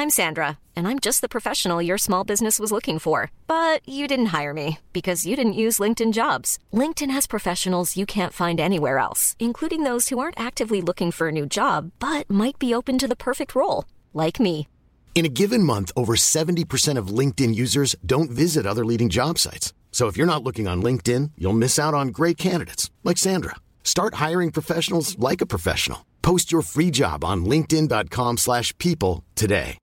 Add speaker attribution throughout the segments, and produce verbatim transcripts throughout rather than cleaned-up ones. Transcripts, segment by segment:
Speaker 1: I'm Sandra, and I'm just the professional your small business was looking for. But you didn't hire me because you didn't use LinkedIn Jobs. LinkedIn has professionals you can't find anywhere else, including those who aren't actively looking for a new job, but might be open to the perfect role, like me.
Speaker 2: In a given month, over seventy percent of LinkedIn users don't visit other leading job sites. So if you're not looking on LinkedIn, you'll miss out on great candidates like Sandra. Start hiring professionals like a professional. Post your free job on linkedin.com slash people today.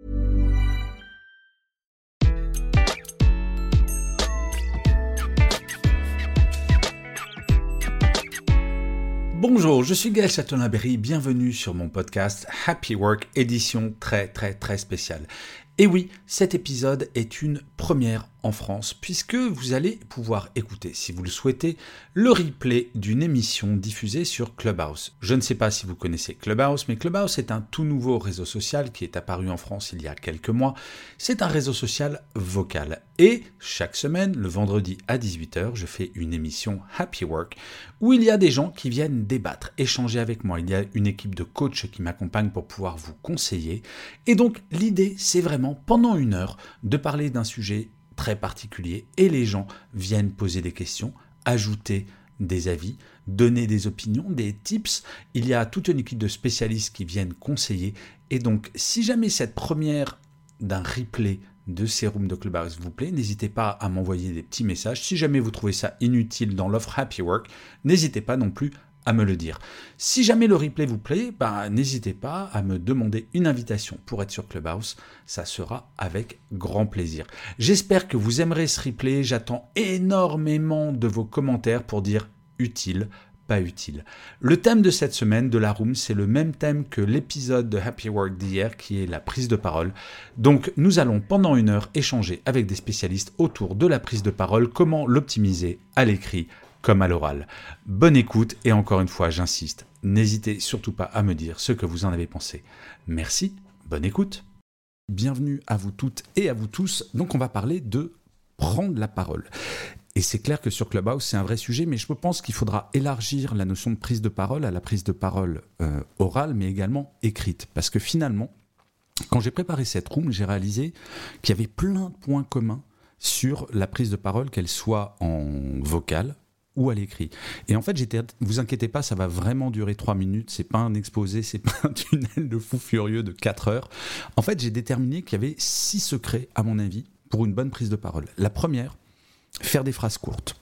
Speaker 3: Bonjour, je suis Gaël Châtelain-Berry, bienvenue sur mon podcast Happy Work, édition très très très spéciale. Et oui, cet épisode est une première en France, puisque vous allez pouvoir écouter, si vous le souhaitez, le replay d'une émission diffusée sur Clubhouse. Je ne sais pas si vous connaissez Clubhouse, mais Clubhouse est un tout nouveau réseau social qui est apparu en France il y a quelques mois. C'est un réseau social vocal. Et chaque semaine, le vendredi à dix-huit heures, je fais une émission Happy Work, où il y a des gens qui viennent débattre, échanger avec moi. Il y a une équipe de coachs qui m'accompagne pour pouvoir vous conseiller. Et donc, l'idée, c'est vraiment, pendant une heure, de parler d'un sujet très particulier et les gens viennent poser des questions, ajouter des avis, donner des opinions, des tips. Il y a toute une équipe de spécialistes qui viennent conseiller. Et donc, si jamais cette première d'un replay de ces rooms de Clubhouse vous plaît, n'hésitez pas à m'envoyer des petits messages. Si jamais vous trouvez ça inutile dans l'offre Happy Work, n'hésitez pas non plus à me le dire. Si jamais le replay vous plaît, bah, n'hésitez pas à me demander une invitation pour être sur Clubhouse, ça sera avec grand plaisir. J'espère que vous aimerez ce replay, j'attends énormément de vos commentaires pour dire utile, pas utile. Le thème de cette semaine de la room, c'est le même thème que l'épisode de Happy Work d'hier, qui est la prise de parole. Donc nous allons pendant une heure échanger avec des spécialistes autour de la prise de parole, comment l'optimiser à l'écrit comme à l'oral. Bonne écoute et encore une fois, j'insiste, n'hésitez surtout pas à me dire ce que vous en avez pensé. Merci, bonne écoute. Bienvenue à vous toutes et à vous tous. Donc on va parler de prendre la parole. Et c'est clair que sur Clubhouse, c'est un vrai sujet, mais je pense qu'il faudra élargir la notion de prise de parole à la prise de parole euh, orale, mais également écrite. Parce que finalement, quand j'ai préparé cette room, j'ai réalisé qu'il y avait plein de points communs sur la prise de parole, qu'elle soit en vocal ou à l'écrit. Et en fait, j'étais, vous inquiétez pas, ça va vraiment durer trois minutes, c'est pas un exposé, c'est pas un tunnel de fou furieux de quatre heures. En fait, j'ai déterminé qu'il y avait six secrets, à mon avis, pour une bonne prise de parole. La première, faire des phrases courtes.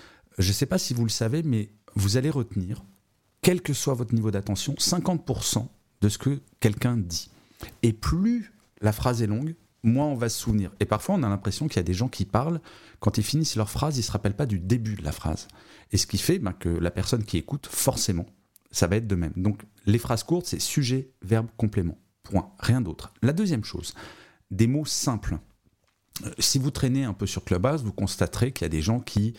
Speaker 3: Je sais pas si vous le savez, mais vous allez retenir, quel que soit votre niveau d'attention, cinquante pour cent de ce que quelqu'un dit. Et plus la phrase est longue, moins on va se souvenir. Et parfois, on a l'impression qu'il y a des gens qui parlent, quand ils finissent leur phrase, ils ne se rappellent pas du début de la phrase. Et ce qui fait ben, que la personne qui écoute, forcément, ça va être de même. Donc, les phrases courtes, c'est sujet, verbe, complément. Point. Rien d'autre. La deuxième chose, des mots simples. Euh, si vous traînez un peu sur Clubhouse, vous constaterez qu'il y a des gens qui,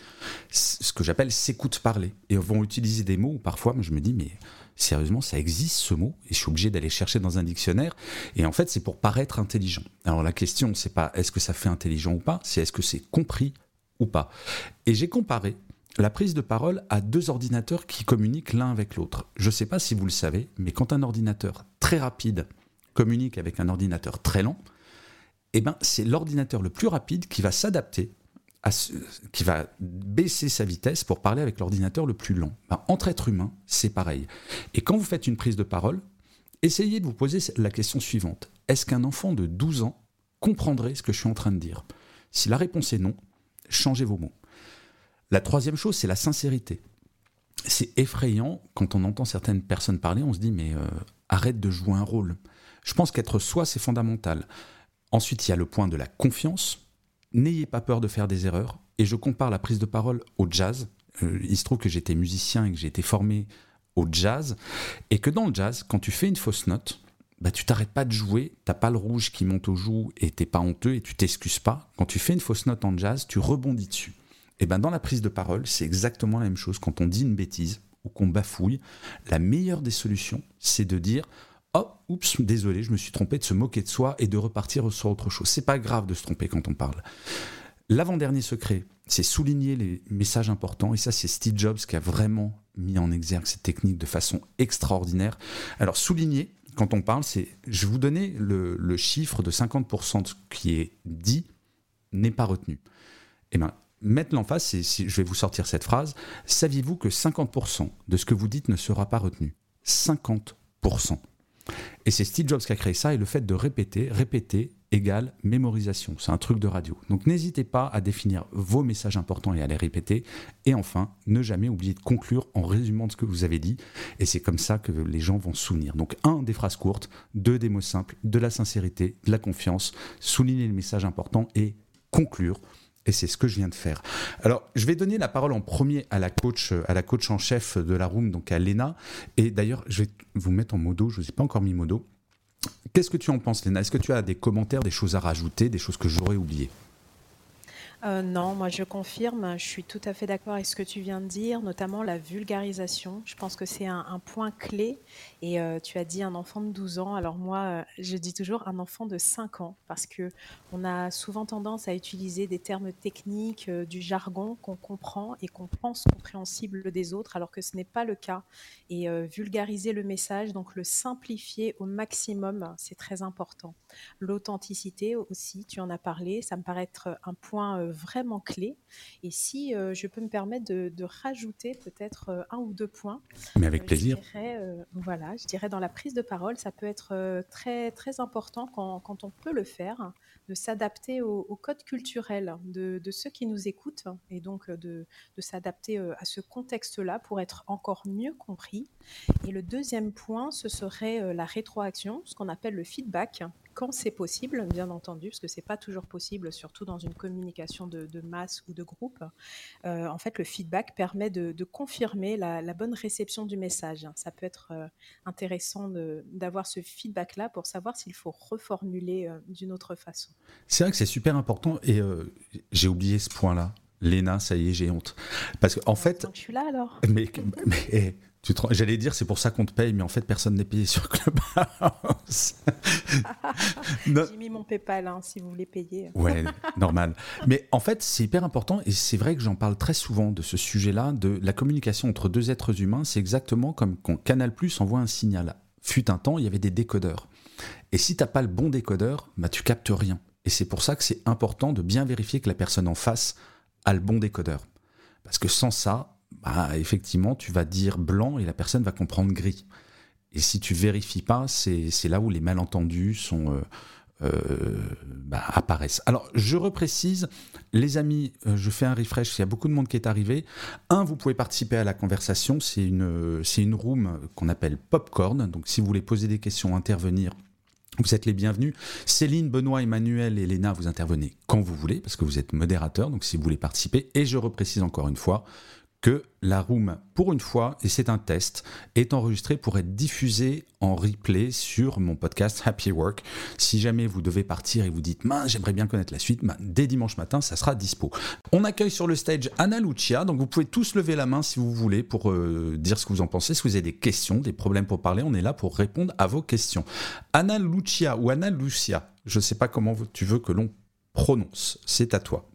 Speaker 3: ce que j'appelle, s'écoutent parler et vont utiliser des mots où parfois, moi, je me dis, mais sérieusement, ça existe ce mot et je suis obligé d'aller chercher dans un dictionnaire et en fait c'est pour paraître intelligent. Alors la question c'est pas est-ce que ça fait intelligent ou pas, c'est est-ce que c'est compris ou pas. Et j'ai comparé la prise de parole à deux ordinateurs qui communiquent l'un avec l'autre. Je sais pas si vous le savez, mais quand un ordinateur très rapide communique avec un ordinateur très lent, eh ben c'est l'ordinateur le plus rapide qui va s'adapter À ce, qui va baisser sa vitesse pour parler avec l'ordinateur le plus lent. Ben, entre êtres humains, c'est pareil. Et quand vous faites une prise de parole, essayez de vous poser la question suivante. Est-ce qu'un enfant de douze ans comprendrait ce que je suis en train de dire ? Si la réponse est non, changez vos mots. La troisième chose, c'est la sincérité. C'est effrayant, quand on entend certaines personnes parler, on se dit « mais euh, arrête de jouer un rôle ». Je pense qu'être soi, c'est fondamental. Ensuite, il y a le point de la confiance. N'ayez pas peur de faire des erreurs. Et je compare la prise de parole au jazz. Euh, il se trouve que j'étais musicien et que j'ai été formé au jazz. Et que dans le jazz, quand tu fais une fausse note, bah, tu t'arrêtes pas de jouer, t'as pas le rouge qui monte aux joues et t'es pas honteux et tu t'excuses pas. Quand tu fais une fausse note en jazz, tu rebondis dessus. Et ben dans la prise de parole, c'est exactement la même chose. Quand on dit une bêtise ou qu'on bafouille, la meilleure des solutions, c'est de dire « Oh, oups, désolé, je me suis trompé », de se moquer de soi et de repartir sur autre chose. C'est pas grave de se tromper quand on parle. L'avant-dernier secret, c'est souligner les messages importants. Et ça, c'est Steve Jobs qui a vraiment mis en exergue cette technique de façon extraordinaire. Alors, souligner, quand on parle, c'est, je vais vous donner le, le chiffre de cinquante pour cent de ce qui est dit n'est pas retenu. Eh bien, mettre l'emphase, c'est, si je vais vous sortir cette phrase, saviez-vous que cinquante pour cent de ce que vous dites ne sera pas retenu ? cinquante pour cent. Et c'est Steve Jobs qui a créé ça, et le fait de répéter, répéter égale mémorisation. C'est un truc de radio. Donc n'hésitez pas à définir vos messages importants et à les répéter. Et enfin, ne jamais oublier de conclure en résumant ce que vous avez dit. Et c'est comme ça que les gens vont se souvenir. Donc un, des phrases courtes, deux, des mots simples, de la sincérité, de la confiance, souligner les messages importants et conclure. Et c'est ce que je viens de faire. Alors, je vais donner la parole en premier à la coach, à la coach en chef de la room, donc à Léna. Et d'ailleurs, je vais vous mettre en modo. Je ne vous ai pas encore mis modo. Qu'est-ce que tu en penses, Léna ? Est-ce que tu as des commentaires, des choses à rajouter, des choses que j'aurais oubliées ?
Speaker 4: Euh, non, moi je confirme, je suis tout à fait d'accord avec ce que tu viens de dire, notamment la vulgarisation. Je pense que c'est un, un point clé. Et euh, tu as dit un enfant de douze ans, alors moi euh, je dis toujours un enfant de cinq ans, parce qu'on a souvent tendance à utiliser des termes techniques, euh, du jargon qu'on comprend et qu'on pense compréhensible des autres, alors que ce n'est pas le cas. Et euh, vulgariser le message, donc le simplifier au maximum, c'est très important. L'authenticité aussi, tu en as parlé, ça me paraît être un point euh, vraiment clé. Et si euh, je peux me permettre de, de rajouter peut-être euh, un ou deux points.
Speaker 3: Mais avec
Speaker 4: euh,
Speaker 3: plaisir.
Speaker 4: Je dirais, euh, voilà, je dirais dans la prise de parole, ça peut être euh, très, très important quand, quand on peut le faire, de s'adapter au, au code culturel de, de ceux qui nous écoutent et donc de, de s'adapter euh, à ce contexte-là pour être encore mieux compris. Et le deuxième point, ce serait euh, la rétroaction, ce qu'on appelle le feedback. Quand c'est possible, bien entendu, parce que ce n'est pas toujours possible, surtout dans une communication de, de masse ou de groupe. Euh, en fait, le feedback permet de, de confirmer la, la bonne réception du message. Ça peut être euh, intéressant de, d'avoir ce feedback-là pour savoir s'il faut reformuler euh, d'une autre façon.
Speaker 3: C'est vrai que c'est super important et euh, j'ai oublié ce point-là. Léna, ça y est, j'ai honte. Parce qu'en fait...
Speaker 4: Je suis là alors.
Speaker 3: Mais... mais Tu te... J'allais dire, c'est pour ça qu'on te paye, mais en fait, personne n'est payé sur Clubhouse.
Speaker 4: Non. J'ai mis mon PayPal, hein, si vous voulez payer.
Speaker 3: Ouais, normal. Mais en fait, c'est hyper important, et c'est vrai que j'en parle très souvent de ce sujet-là, de la communication entre deux êtres humains. C'est exactement comme quand Canal+ envoie un signal. Fut un temps, il y avait des décodeurs. Et si tu n'as pas le bon décodeur, bah, tu captes rien. Et c'est pour ça que c'est important de bien vérifier que la personne en face a le bon décodeur. Parce que sans ça... Bah, effectivement, tu vas dire blanc et la personne va comprendre gris. Et si tu vérifies pas, c'est, c'est là où les malentendus sont, euh, euh, bah, apparaissent. Alors, je reprécise, les amis, euh, je fais un refresh, il y a beaucoup de monde qui est arrivé. Un, vous pouvez participer à la conversation, c'est une, c'est une room qu'on appelle Popcorn. Donc, si vous voulez poser des questions, intervenir, vous êtes les bienvenus. Céline, Benoît, Emmanuel et Léna, vous intervenez quand vous voulez, parce que vous êtes modérateurs, donc si vous voulez participer. Et je reprécise encore une fois que la room, pour une fois, et c'est un test, est enregistrée pour être diffusée en replay sur mon podcast Happy Work. Si jamais vous devez partir et vous dites « Mince, j'aimerais bien connaître la suite », bah, dès dimanche matin, ça sera dispo. On accueille sur le stage Ana Lucia, donc vous pouvez tous lever la main si vous voulez pour euh, dire ce que vous en pensez. Si vous avez des questions, des problèmes pour parler, on est là pour répondre à vos questions. Ana Lucia ou Ana Lucia, je ne sais pas comment tu veux que l'on prononce, c'est à toi.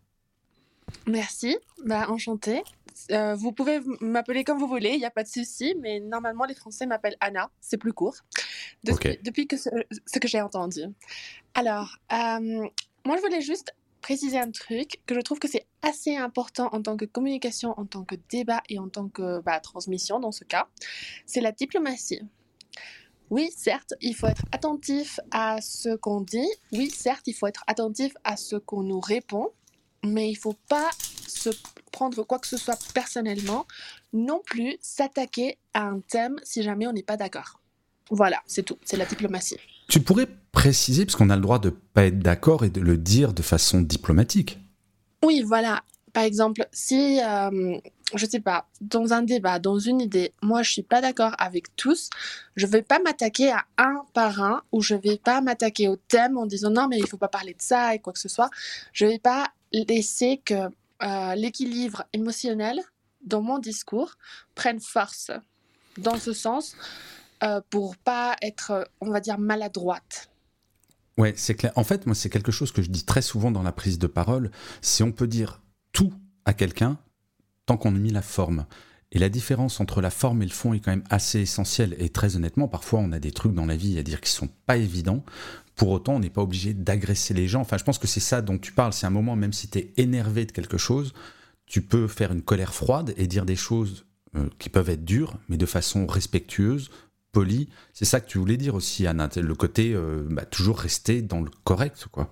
Speaker 5: Merci, bah, enchantée. Euh, vous pouvez m'appeler comme vous voulez, il n'y a pas de souci, mais normalement les Français m'appellent Anna, c'est plus court, depuis, okay. depuis que ce, ce que j'ai entendu. Alors, euh, moi je voulais juste préciser un truc, que je trouve que c'est assez important en tant que communication, en tant que débat et en tant que bah, transmission dans ce cas, c'est la diplomatie. Oui, certes, il faut être attentif à ce qu'on dit, oui, certes, il faut être attentif à ce qu'on nous répond, mais il ne faut pas se prendre quoi que ce soit personnellement, non plus s'attaquer à un thème si jamais on n'est pas d'accord. Voilà, c'est tout, c'est la diplomatie.
Speaker 3: Tu pourrais préciser, parce qu'on a le droit de ne pas être d'accord et de le dire de façon diplomatique.
Speaker 5: Oui, voilà. Par exemple, si, euh, je ne sais pas, dans un débat, dans une idée, moi je ne suis pas d'accord avec tous, je ne vais pas m'attaquer à un par un, ou je ne vais pas m'attaquer au thème en disant non, mais il ne faut pas parler de ça et quoi que ce soit. Je ne vais pas laisser que euh, l'équilibre émotionnel dans mon discours prenne force dans ce sens euh, pour pas être, on va dire, maladroite.
Speaker 3: Ouais, c'est clair. En fait, moi, c'est quelque chose que je dis très souvent dans la prise de parole. Si on peut dire tout à quelqu'un, tant qu'on a mis la forme. Et la différence entre la forme et le fond est quand même assez essentielle. Et très honnêtement, parfois, on a des trucs dans la vie à dire qui sont pas évidents. Pour autant, on n'est pas obligé d'agresser les gens. Enfin, je pense que c'est ça dont tu parles. C'est un moment, même si tu es énervé de quelque chose, tu peux faire une colère froide et dire des choses euh, qui peuvent être dures, mais de façon respectueuse, polie. C'est ça que tu voulais dire aussi, Anna. Le côté, euh, bah, toujours rester dans le correct, quoi.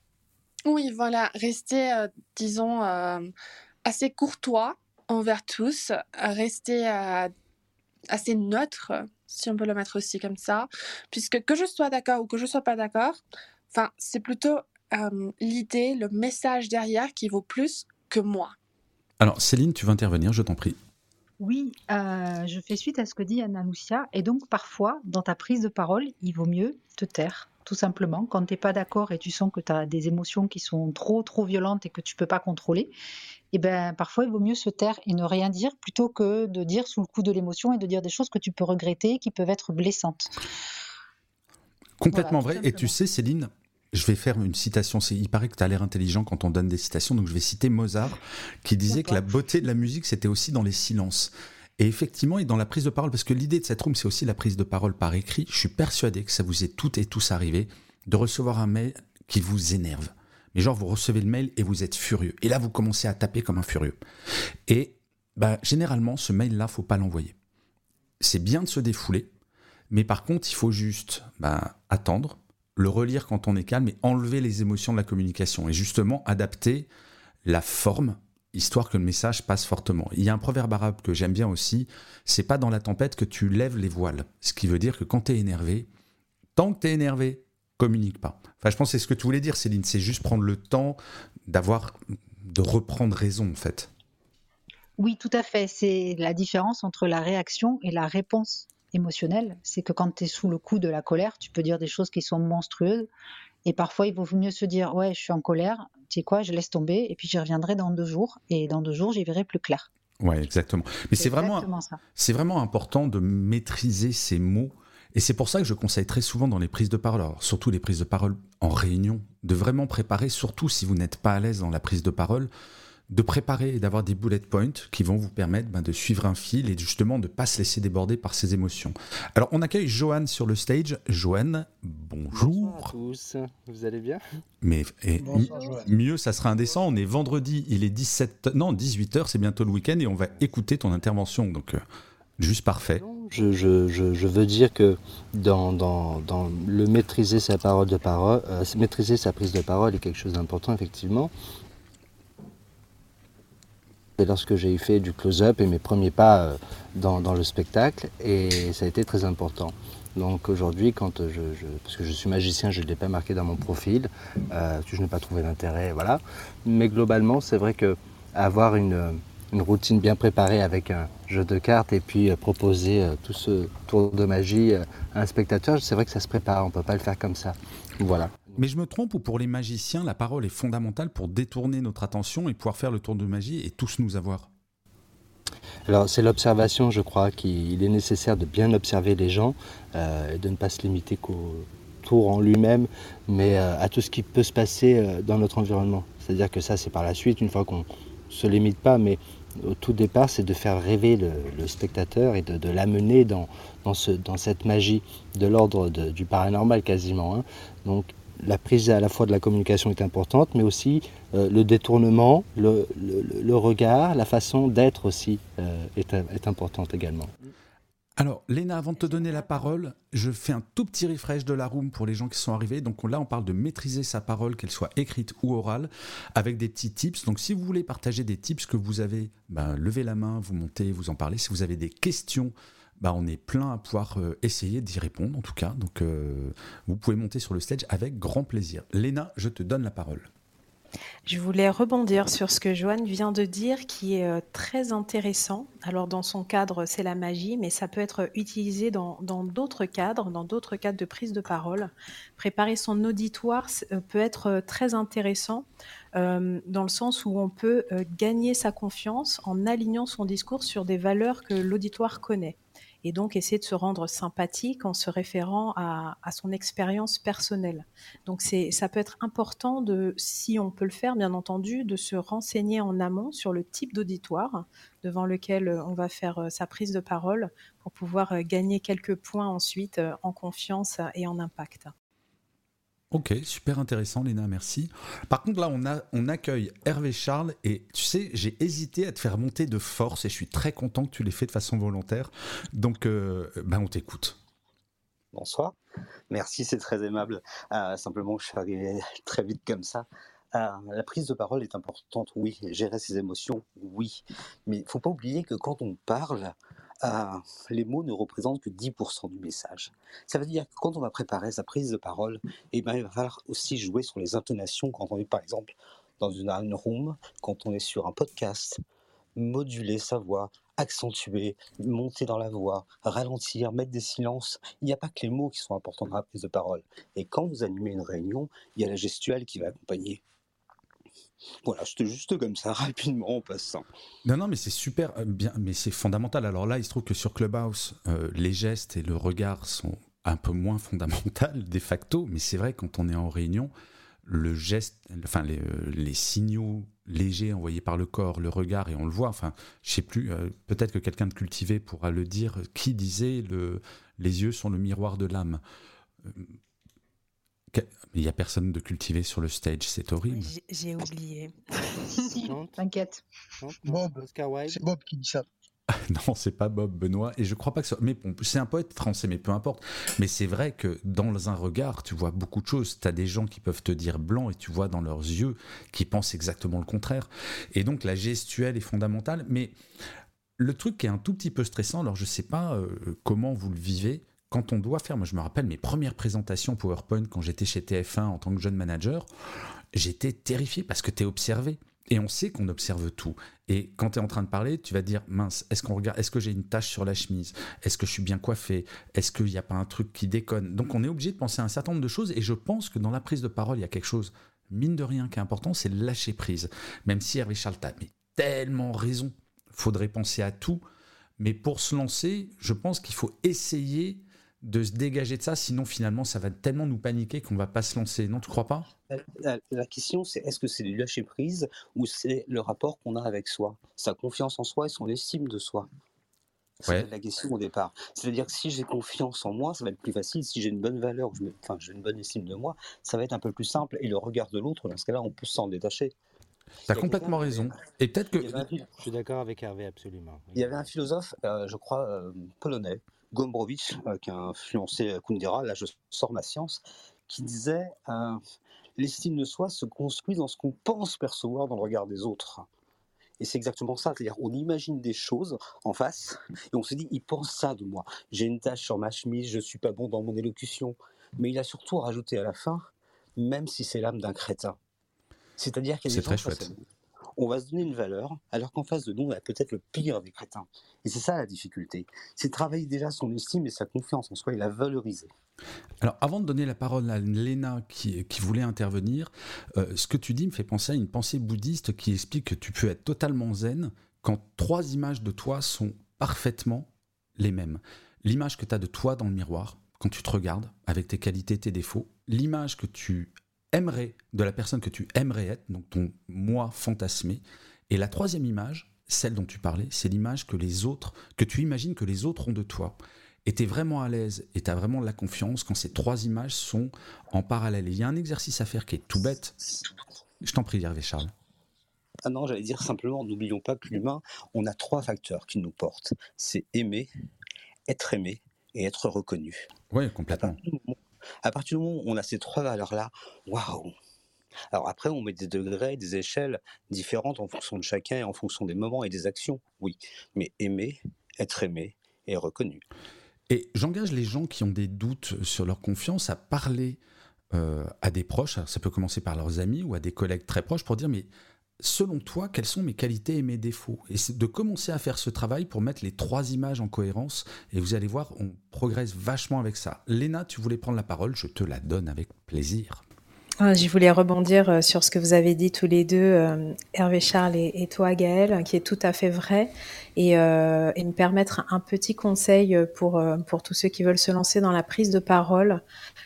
Speaker 5: Oui, voilà, rester, euh, disons, euh, assez courtois envers tous, euh, rester euh, assez neutre, si on peut le mettre aussi comme ça, puisque que je sois d'accord ou que je sois pas d'accord, enfin, c'est plutôt euh, l'idée, le message derrière qui vaut plus que moi.
Speaker 3: Alors, Céline, tu veux intervenir, je t'en prie.
Speaker 6: Oui, euh, je fais suite à ce que dit Anna Lucia. Et donc, parfois, dans ta prise de parole, il vaut mieux te taire, tout simplement. Quand tu n'es pas d'accord et tu sens que tu as des émotions qui sont trop, trop violentes et que tu ne peux pas contrôler, et ben, parfois, il vaut mieux se taire et ne rien dire plutôt que de dire sous le coup de l'émotion et de dire des choses que tu peux regretter, qui peuvent être blessantes.
Speaker 3: Complètement
Speaker 6: Voilà, tout
Speaker 3: vrai. Et tu sais, Céline, je vais faire une citation. C'est, il paraît que tu as l'air intelligent quand on donne des citations, donc je vais citer Mozart, qui disait que la beauté de la musique, c'était aussi dans les silences. Et effectivement, et dans la prise de parole, parce que l'idée de cette room, c'est aussi la prise de parole par écrit. Je suis persuadé que ça vous est toutes et tous arrivé de recevoir un mail qui vous énerve. Mais genre, vous recevez le mail et vous êtes furieux. Et là, vous commencez à taper comme un furieux. Et bah, généralement, ce mail-là, faut pas l'envoyer. C'est bien de se défouler, mais par contre, il faut juste bah, attendre, le relire quand on est calme et enlever les émotions de la communication. Et justement, adapter la forme, histoire que le message passe fortement. Il y a un proverbe arabe que j'aime bien aussi, c'est pas dans la tempête que tu lèves les voiles. Ce qui veut dire que quand tu es énervé, tant que tu es énervé, communique pas. Enfin, je pense que c'est ce que tu voulais dire, Céline, c'est juste prendre le temps d'avoir, de reprendre raison, en fait.
Speaker 6: Oui, tout à fait. C'est la différence entre la réaction et la réponse émotionnelle. C'est que quand tu es sous le coup de la colère, tu peux dire des choses qui sont monstrueuses. Et parfois, il vaut mieux se dire « Ouais, je suis en colère, tu sais quoi, je laisse tomber, et puis j'y reviendrai dans deux jours. Et dans deux jours, j'y verrai plus clair. »
Speaker 3: Ouais, exactement. Mais c'est,
Speaker 6: C'est
Speaker 3: vraiment,
Speaker 6: exactement ça.
Speaker 3: c'est vraiment important de maîtriser ces mots. Et c'est pour ça que je conseille très souvent dans les prises de parole, alors surtout les prises de parole en réunion, de vraiment préparer, surtout si vous n'êtes pas à l'aise dans la prise de parole, de préparer et d'avoir des bullet points qui vont vous permettre ben, de suivre un fil et justement de ne pas se laisser déborder par ses émotions. Alors, on accueille Johan sur le stage. Johan, bonjour.
Speaker 7: Bonsoir à tous, vous allez bien ?
Speaker 3: Mais et,
Speaker 8: Bonsoir, Johan.
Speaker 3: mieux, ça sera indécent. On est vendredi, il est dix-sept, non, dix-huit heures, c'est bientôt le week-end et on va écouter ton intervention. Donc, euh, juste parfait.
Speaker 7: Je, je, je, je veux dire que dans, dans, dans le maîtriser sa parole de parole, euh, maîtriser sa prise de parole est quelque chose d'important, effectivement. C'est lorsque j'ai fait du close-up et mes premiers pas euh, dans, dans le spectacle, et ça a été très important. Donc aujourd'hui, quand je, je, parce que je suis magicien, je ne l'ai pas marqué dans mon profil, euh, je n'ai pas trouvé d'intérêt, voilà. Mais globalement, c'est vrai que avoir une, une routine bien préparée avec un jeu de cartes et puis euh, proposer euh, tout ce tour de magie euh, à un spectateur, c'est vrai que ça se prépare, on ne peut pas le faire comme ça. Voilà.
Speaker 3: Mais je me trompe ou pour les magiciens, la parole est fondamentale pour détourner notre attention et pouvoir faire le tour de magie et tous nous avoir?
Speaker 7: Alors c'est l'observation, je crois, qu'il est nécessaire de bien observer les gens euh, et de ne pas se limiter qu'au tour en lui-même, mais euh, à tout ce qui peut se passer euh, dans notre environnement. C'est-à-dire que ça, c'est par la suite, une fois qu'on ne se limite pas, mais au tout départ, c'est de faire rêver le, le spectateur et de, de l'amener dans, dans, ce, dans cette magie de l'ordre de, du paranormal quasiment. Hein. Donc la prise à la fois de la communication est importante, mais aussi euh, le détournement, le, le, le regard, la façon d'être aussi euh, est, est importante également.
Speaker 3: Alors, Léna, avant de te donner la parole, je fais un tout petit refresh de la room pour les gens qui sont arrivés. Donc là, on parle de maîtriser sa parole, qu'elle soit écrite ou orale, avec des petits tips. Donc si vous voulez partager des tips que vous avez, ben, levez la main, vous montez, vous en parlez. Si vous avez des questions, bah, on est plein à pouvoir euh, essayer d'y répondre, en tout cas. Donc, euh, vous pouvez monter sur le stage avec grand plaisir. Léna, je te donne la parole.
Speaker 4: Je voulais rebondir sur ce que Johan vient de dire, qui est euh, très intéressant. Alors, dans son cadre, c'est la magie, mais ça peut être utilisé dans, dans d'autres cadres, dans d'autres cadres de prise de parole. Préparer son auditoire euh, peut être euh, très intéressant, euh, dans le sens où on peut euh, gagner sa confiance en alignant son discours sur des valeurs que l'auditoire connaît. et donc essayer de se rendre sympathique en se référant à, à son expérience personnelle. Donc c'est, ça peut être important, de, si on peut le faire bien entendu, de se renseigner en amont sur le type d'auditoire devant lequel on va faire sa prise de parole pour pouvoir gagner quelques points ensuite en confiance et en impact.
Speaker 3: Ok, super intéressant Léna, merci. Par contre là on, a, on accueille Hervé Charles et tu sais j'ai hésité à te faire monter de force et je suis très content que tu l'aies fait de façon volontaire, donc euh, ben on t'écoute.
Speaker 8: Bonsoir, merci, c'est très aimable. Euh, simplement je suis arrivé très vite comme ça. Euh, la prise de parole est importante, oui, gérer ses émotions, oui, mais il ne faut pas oublier que quand on parle, Euh, les mots ne représentent que dix pour cent du message. Ça veut dire que quand on va préparer sa prise de parole, eh ben, il va falloir aussi jouer sur les intonations quand on est par exemple dans une, une room, quand on est sur un podcast, moduler sa voix, accentuer, monter dans la voix, ralentir, mettre des silences. Il n'y a pas que les mots qui sont importants dans la prise de parole. Et quand vous animez une réunion, il y a la gestuelle qui va accompagner. Voilà, c'était juste comme ça, rapidement en passant.
Speaker 3: Non, non, mais c'est super bien, mais c'est fondamental. Alors là, il se trouve que sur Clubhouse, euh, les gestes et le regard sont un peu moins fondamentaux de facto, mais c'est vrai, quand on est en réunion, le geste, enfin les, euh, les signaux légers envoyés par le corps, le regard, et on le voit, enfin, je sais plus, euh, peut-être que quelqu'un de cultivé pourra le dire, qui disait le, les yeux sont le miroir de l'âme. Euh, Il n'y a personne de cultivé sur le stage, c'est horrible.
Speaker 4: J'ai, j'ai oublié.
Speaker 6: T'inquiète.
Speaker 9: Bob, Oscar Wilde. C'est Bob qui dit ça.
Speaker 3: Non, c'est pas Bob Benoît, et je crois pas que ça. Mais bon, c'est un poète français, mais peu importe. Mais c'est vrai que dans un regard, tu vois beaucoup de choses. T'as des gens qui peuvent te dire blanc, et tu vois dans leurs yeux qui pensent exactement le contraire. Et donc la gestuelle est fondamentale. Mais le truc qui est un tout petit peu stressant, alors je sais pas euh, comment vous le vivez. Quand on doit faire, moi je me rappelle mes premières présentations PowerPoint quand j'étais chez T F un en tant que jeune manager, j'étais terrifié parce que t'es observé. Et on sait qu'on observe tout. Et quand t'es en train de parler, tu vas te dire, mince, est-ce qu'on regarde, est-ce que j'ai une tache sur la chemise ? Est-ce que je suis bien coiffé ? Est-ce qu'il n'y a pas un truc qui déconne ? Donc on est obligé de penser à un certain nombre de choses, et je pense que dans la prise de parole, il y a quelque chose, mine de rien, qui est important, c'est le lâcher prise. Même si Hervé Charles t'a mais tellement raison, faudrait penser à tout, mais pour se lancer, je pense qu'il faut essayer de se dégager de ça, sinon finalement ça va tellement nous paniquer qu'on va pas se lancer. Non, tu crois pas ?
Speaker 8: La, la, la question c'est, est-ce que c'est du lâcher prise ou c'est le rapport qu'on a avec soi, sa confiance en soi et son estime de soi. C'est
Speaker 3: ouais.
Speaker 8: la question au départ. C'est-à-dire que si j'ai confiance en moi, ça va être plus facile. Si j'ai une bonne valeur, je me, enfin j'ai une bonne estime de moi, ça va être un peu plus simple. Et le regard de l'autre, dans ce cas-là, on peut s'en détacher.
Speaker 3: T'as complètement raison. Et peut-être que...
Speaker 7: Un... Je suis d'accord avec Hervé, absolument.
Speaker 8: Il y avait un philosophe, euh, je crois, euh, polonais, Gombrowicz, euh, qui a influencé Kundera, là je sors ma science, qui disait euh, « L'estime de soi se construit dans ce qu'on pense percevoir dans le regard des autres ». Et c'est exactement ça, c'est-à-dire on imagine des choses en face, et on se dit « Il pense ça de moi, j'ai une tache sur ma chemise, je suis pas bon dans mon élocution ». Mais il a surtout rajouté à la fin « Même si c'est l'âme d'un crétin ». C'est-à-dire qu'il y a des
Speaker 3: c'est
Speaker 8: gens
Speaker 3: très chouette.
Speaker 8: On va se donner une valeur, alors qu'en face de nous, on a peut-être le pire des crétins. Et c'est ça la difficulté. C'est travailler déjà son estime et sa confiance en soi et la valoriser.
Speaker 3: Alors, avant de donner la parole à Léna qui, qui voulait intervenir, euh, ce que tu dis me fait penser à une pensée bouddhiste qui explique que tu peux être totalement zen quand trois images de toi sont parfaitement les mêmes. L'image que tu as de toi dans le miroir, quand tu te regardes, avec tes qualités, tes défauts, l'image que tu aimerais, de la personne que tu aimerais être, donc ton moi fantasmé, et la troisième image, celle dont tu parlais, c'est l'image que les autres, que tu imagines que les autres ont de toi. Et t'es vraiment à l'aise, et t'as vraiment de la confiance quand ces trois images sont en parallèle. Et il y a un exercice à faire qui est tout bête. Je t'en prie, Hervé Charles.
Speaker 8: Ah non, j'allais dire simplement, n'oublions pas que l'humain, on a trois facteurs qui nous portent. C'est aimer, être aimé et être reconnu.
Speaker 3: Oui, complètement.
Speaker 8: À partir du moment où on a ces trois valeurs-là, waouh! Alors après, on met des degrés, des échelles différentes en fonction de chacun et en fonction des moments et des actions, oui. Mais aimer, être aimé et reconnu.
Speaker 3: Et j'engage les gens qui ont des doutes sur leur confiance à parler euh, à des proches, alors ça peut commencer par leurs amis ou à des collègues très proches pour dire mais selon toi, quelles sont mes qualités et mes défauts ? Et c'est de commencer à faire ce travail pour mettre les trois images en cohérence. Et vous allez voir, on progresse vachement avec ça. Léna, tu voulais prendre la parole, je te la donne avec plaisir.
Speaker 4: Ah, je voulais rebondir euh, sur ce que vous avez dit tous les deux, euh, Hervé Charles et, et toi Gaël, qui est tout à fait vrai, et, euh, et me permettre un petit conseil pour, euh, pour tous ceux qui veulent se lancer dans la prise de parole.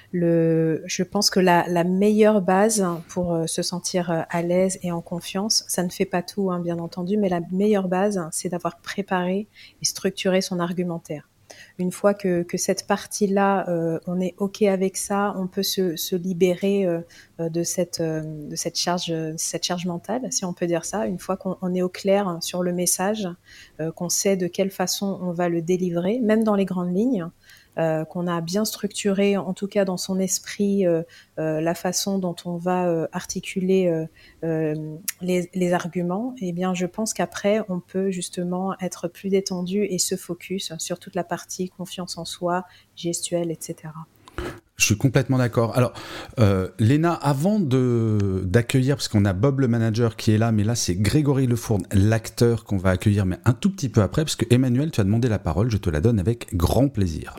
Speaker 4: Le, je pense que la, la meilleure base pour euh, se sentir euh, à l'aise et en confiance, ça ne fait pas tout, hein, bien entendu, mais la meilleure base, c'est d'avoir préparé et structuré son argumentaire. Une fois que, que cette partie-là, euh, on est OK avec ça, on peut se, se libérer euh, de, cette, euh, de cette, charge, cette charge mentale, si on peut dire ça. Une fois qu'on on est au clair sur le message, euh, qu'on sait de quelle façon on va le délivrer, même dans les grandes lignes, euh, qu'on a bien structuré, en tout cas dans son esprit, euh, euh, la façon dont on va euh, articuler euh, euh, les, les arguments, eh bien, je pense qu'après, on peut justement être plus détendu et se focus sur toute la partie confiance en soi, gestuelle, et cetera.
Speaker 3: Je suis complètement d'accord. Alors, euh, Léna, avant de, d'accueillir, parce qu'on a Bob le manager qui est là, mais là c'est Grégory Lefourne, l'acteur qu'on va accueillir, mais un tout petit peu après, parce que Emmanuel, tu as demandé la parole, je te la donne avec grand plaisir.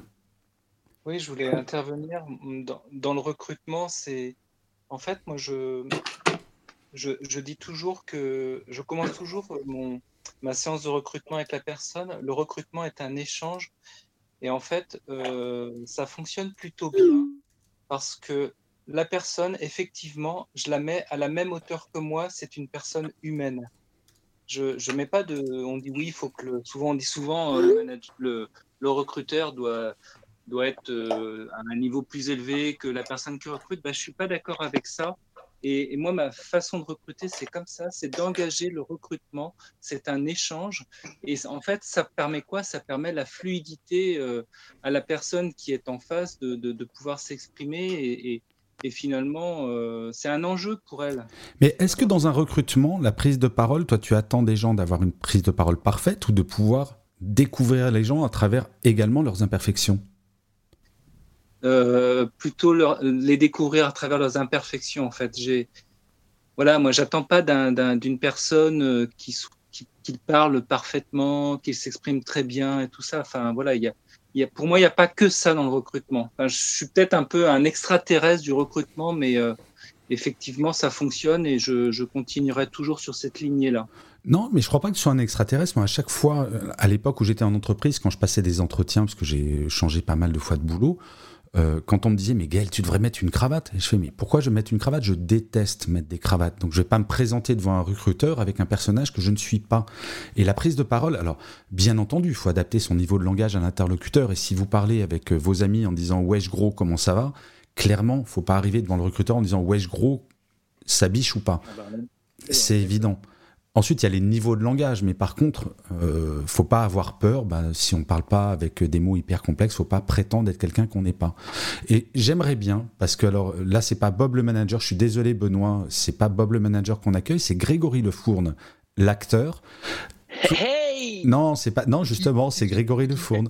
Speaker 10: Oui, je voulais intervenir dans, dans le recrutement. C'est en fait, moi, je, je, je dis toujours que je commence toujours mon, ma séance de recrutement avec la personne. Le recrutement est un échange. Et en fait, euh, ça fonctionne plutôt bien parce que la personne, effectivement, je la mets à la même hauteur que moi. C'est une personne humaine. Je, je mets pas de. On dit oui, il faut que le. Souvent, on dit souvent euh, le, manager, le, le recruteur doit doit être euh, à un niveau plus élevé que la personne qui recrute. Bah, je suis pas d'accord avec ça. Et, et moi, ma façon de recruter, c'est comme ça, c'est d'engager le recrutement. C'est un échange. Et en fait, ça permet quoi? Ça permet la fluidité euh, à la personne qui est en face de, de, de pouvoir s'exprimer. Et, et, et finalement, euh, c'est un enjeu pour elle.
Speaker 3: Mais est-ce que dans un recrutement, la prise de parole, toi, tu attends des gens d'avoir une prise de parole parfaite ou de pouvoir découvrir les gens à travers également leurs imperfections?
Speaker 10: Euh, plutôt leur, les découvrir à travers leurs imperfections. En fait, j'ai, voilà, moi, j'attends pas d'un, d'un, d'une personne qui, qui, qui parle parfaitement, qui s'exprime très bien et tout ça. Enfin, voilà, il y a, il y a, pour moi, il n'y a pas que ça dans le recrutement. Enfin, je suis peut-être un peu un extraterrestre du recrutement, mais euh, effectivement, ça fonctionne et je, je continuerai toujours sur cette lignée-là.
Speaker 3: Non, mais je crois pas que tu sois un extraterrestre. Moi, à chaque fois, à l'époque où j'étais en entreprise, quand je passais des entretiens, parce que j'ai changé pas mal de fois de boulot, Euh, quand on me disait, mais Gaël, tu devrais mettre une cravate. Et je fais, mais pourquoi je vais mettre une cravate? Je déteste mettre des cravates. Donc je vais pas me présenter devant un recruteur avec un personnage que je ne suis pas. Et la prise de parole, alors, bien entendu, il faut adapter son niveau de langage à l'interlocuteur. Et si vous parlez avec vos amis en disant, wesh gros, comment ça va? Clairement, faut pas arriver devant le recruteur en disant, wesh gros, ça biche ou pas? C'est évident. Ensuite, il y a les niveaux de langage, mais par contre, euh, faut pas avoir peur. Bah, si on parle pas avec des mots hyper complexes, faut pas prétendre être quelqu'un qu'on n'est pas. Et j'aimerais bien, parce que alors là, c'est pas Bob le manager. Je suis désolé, Benoît, c'est pas Bob le manager qu'on accueille, c'est Grégory Lefourne, l'acteur.
Speaker 11: Hey
Speaker 3: non, c'est pas. Non, justement, c'est Grégory Lefourne.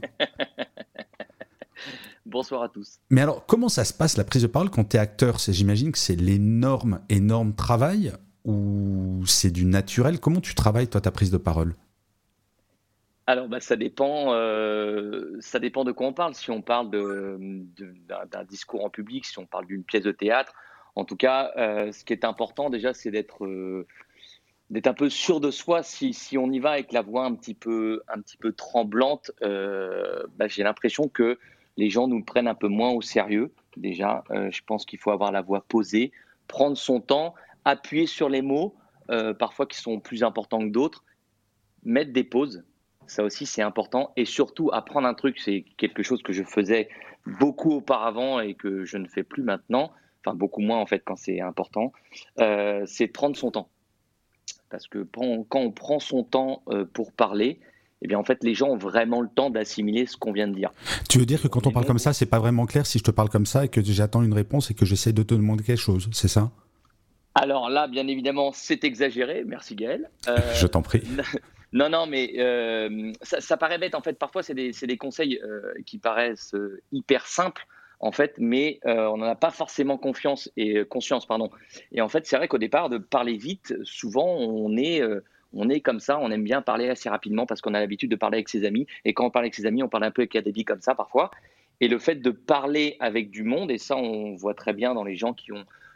Speaker 11: Bonsoir à tous.
Speaker 3: Mais alors, comment ça se passe la prise de parole quand tu es acteur? C'est, j'imagine que c'est l'énorme, énorme travail. Ou c'est du naturel? Comment tu travailles, toi, ta prise de parole?
Speaker 11: Alors, bah, ça dépend, euh, ça dépend de quoi on parle. Si on parle de, de, d'un, d'un discours en public, si on parle d'une pièce de théâtre, en tout cas, euh, ce qui est important déjà, c'est d'être, euh, d'être un peu sûr de soi. Si, si on y va avec la voix un petit peu, un petit peu tremblante, euh, bah, j'ai l'impression que les gens nous prennent un peu moins au sérieux. Déjà, euh, je pense qu'il faut avoir la voix posée, prendre son temps, appuyer sur les mots, euh, parfois qui sont plus importants que d'autres, mettre des pauses, ça aussi c'est important, et surtout apprendre un truc, c'est quelque chose que je faisais beaucoup auparavant et que je ne fais plus maintenant, enfin beaucoup moins en fait quand c'est important, euh, c'est prendre son temps. Parce que quand on prend son temps euh, pour parler, eh bien en fait les gens ont vraiment le temps d'assimiler ce qu'on vient de dire.
Speaker 3: Tu veux dire que quand on parle comme ça, c'est pas vraiment clair si je te parle comme ça et que j'attends une réponse et que j'essaie de te demander quelque chose, c'est ça?
Speaker 11: Alors là, bien évidemment, c'est exagéré. Merci Gaël.
Speaker 3: Euh, Je t'en prie.
Speaker 11: Non, non, mais euh, ça, ça paraît bête. En fait, parfois, c'est des, c'est des conseils euh, qui paraissent euh, hyper simples, en fait, mais euh, on n'en a pas forcément confiance et euh, conscience, pardon. Et en fait, c'est vrai qu'au départ, de parler vite, souvent, on est, euh, on est comme ça. On aime bien parler assez rapidement parce qu'on a l'habitude de parler avec ses amis. Et quand on parle avec ses amis, on parle un peu avec débit comme ça parfois. Et le fait de parler avec du monde, et ça, on voit très bien dans les gens qui ont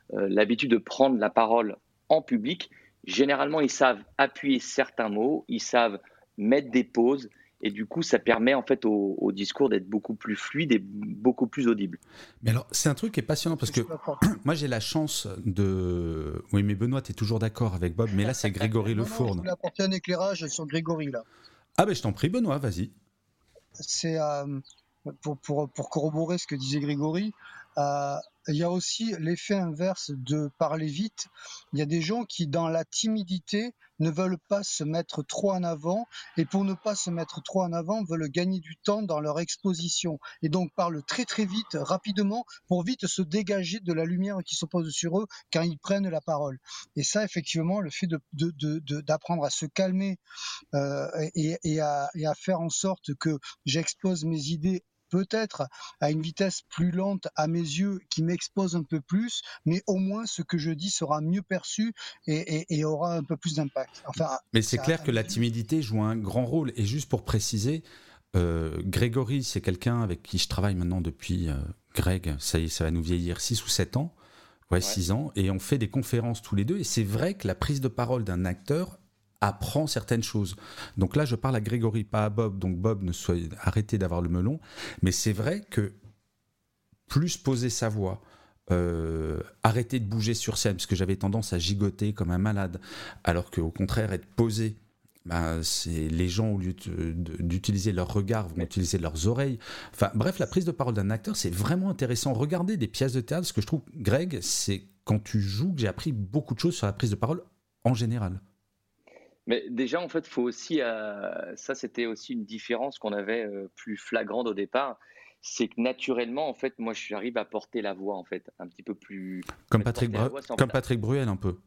Speaker 11: euh, l'habitude de prendre la parole en public, généralement, ils savent appuyer certains mots, ils savent mettre des pauses, et du coup, ça permet en fait au, au discours d'être beaucoup plus fluide et beaucoup plus audible.
Speaker 3: Mais alors, c'est un truc qui est passionnant parce que moi, j'ai la chance de... Oui, mais Benoît, tu es toujours d'accord avec Bob, mais là, c'est Grégory
Speaker 9: Non,
Speaker 3: Le
Speaker 9: non, je
Speaker 3: Fourne.
Speaker 9: voulais apporter un éclairage sur Grégory, là.
Speaker 3: Ah ben, je t'en prie, Benoît, vas-y.
Speaker 9: C'est euh, pour, pour, pour corroborer ce que disait Grégory. euh, Il y a aussi l'effet inverse de parler vite. Il y a des gens qui, dans la timidité, ne veulent pas se mettre trop en avant, et pour ne pas se mettre trop en avant, veulent gagner du temps dans leur exposition, et donc parlent très très vite, rapidement, pour vite se dégager de la lumière qui s'oppose sur eux quand ils prennent la parole. Et ça, effectivement, le fait de, de, de, de, d'apprendre à se calmer euh, et, et, à, et à faire en sorte que j'expose mes idées peut-être à une vitesse plus lente à mes yeux, qui m'expose un peu plus, mais au moins ce que je dis sera mieux perçu et, et, et aura un peu plus d'impact. Enfin,
Speaker 3: mais c'est
Speaker 9: ça,
Speaker 3: clair que la timidité joue un grand rôle. Et juste pour préciser, euh, Grégory, c'est quelqu'un avec qui je travaille maintenant depuis, euh, Greg, ça y est, ça va nous vieillir six ou sept ans, ouais, ouais. six ans, et on fait des conférences tous les deux, et c'est vrai que la prise de parole d'un acteur apprend certaines choses. Donc là, je parle à Grégory, pas à Bob. Donc Bob, ne soyez arrêtez d'avoir le melon. Mais c'est vrai que plus poser sa voix, euh, arrêter de bouger sur scène, parce que j'avais tendance à gigoter comme un malade, alors qu'au contraire, être posé, ben, c'est les gens, au lieu de, de, d'utiliser leur regard, vont utiliser leurs oreilles. Enfin, bref, la prise de parole d'un acteur, c'est vraiment intéressant. Regardez des pièces de théâtre. Ce que je trouve, Greg, c'est quand tu joues que j'ai appris beaucoup de choses sur la prise de parole en général.
Speaker 11: Mais déjà, en fait, faut aussi, euh, ça c'était aussi une différence qu'on avait euh, plus flagrante au départ, c'est que naturellement, en fait, moi, j'arrive à porter la voix, en fait, un petit peu plus.
Speaker 3: Comme
Speaker 11: en fait,
Speaker 3: Patrick,
Speaker 11: porter la
Speaker 3: Bru-
Speaker 11: voix, c'est en
Speaker 3: comme
Speaker 11: fait-
Speaker 3: Patrick Bruel, un peu.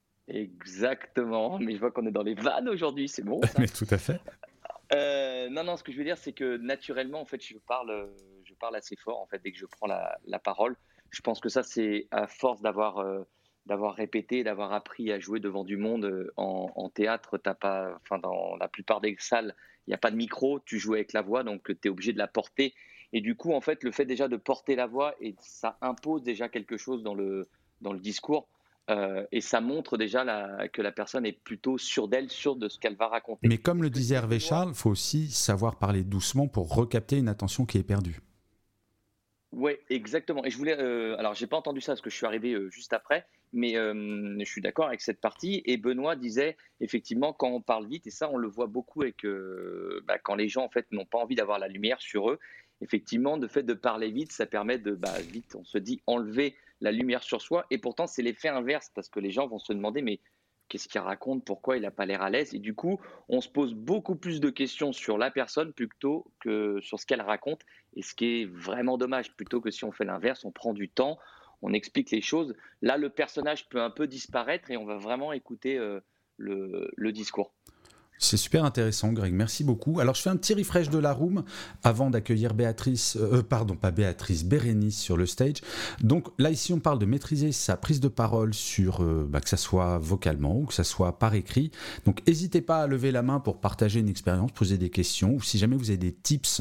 Speaker 11: Exactement. Mais je vois qu'on est dans les vannes aujourd'hui, c'est bon ça.
Speaker 3: Mais tout à fait.
Speaker 11: Euh, non, non, ce que je veux dire, c'est que naturellement, en fait, je parle, euh, je parle assez fort, en fait, dès que je prends la, la parole. Je pense que ça, c'est à force d'avoir, euh, d'avoir répété, d'avoir appris à jouer devant du monde euh, en, en théâtre. T'as pas, enfin, dans la plupart des salles, il n'y a pas de micro, tu joues avec la voix, donc tu es obligé de la porter. Et du coup, en fait, le fait déjà de porter la voix, et ça impose déjà quelque chose dans le, dans le discours. Euh, et ça montre déjà la, que la personne est plutôt sûre d'elle, sûre de ce qu'elle va raconter.
Speaker 3: Mais comme le disait Hervé Charles, il faut aussi savoir parler doucement pour recapter une attention qui est perdue.
Speaker 11: Oui, exactement. Et je voulais. Euh, alors, j'ai pas entendu ça parce que je suis arrivé euh, juste après, mais euh, je suis d'accord avec cette partie. Et Benoît disait effectivement quand on parle vite, et ça, on le voit beaucoup avec euh, bah, quand les gens en fait n'ont pas envie d'avoir la lumière sur eux. Effectivement, le fait de parler vite, ça permet de bah, vite, on se dit enlever la lumière sur soi. Et pourtant, c'est l'effet inverse parce que les gens vont se demander mais qu'est-ce qu'il raconte, pourquoi il n'a pas l'air à l'aise. Et du coup, on se pose beaucoup plus de questions sur la personne plutôt que sur ce qu'elle raconte. Et ce qui est vraiment dommage, plutôt que si on fait l'inverse, on prend du temps, on explique les choses. Là, le personnage peut un peu disparaître et on va vraiment écouter euh, le, le discours.
Speaker 3: C'est super intéressant, Greg. Merci beaucoup. Alors, je fais un petit refresh de la room avant d'accueillir Béatrice, euh, pardon, pas Béatrice, Bérénice sur le stage. Donc là, ici, on parle de maîtriser sa prise de parole sur, euh, bah, que ça soit vocalement ou que ça soit par écrit. Donc, n'hésitez pas à lever la main pour partager une expérience, poser des questions, ou si jamais vous avez des tips.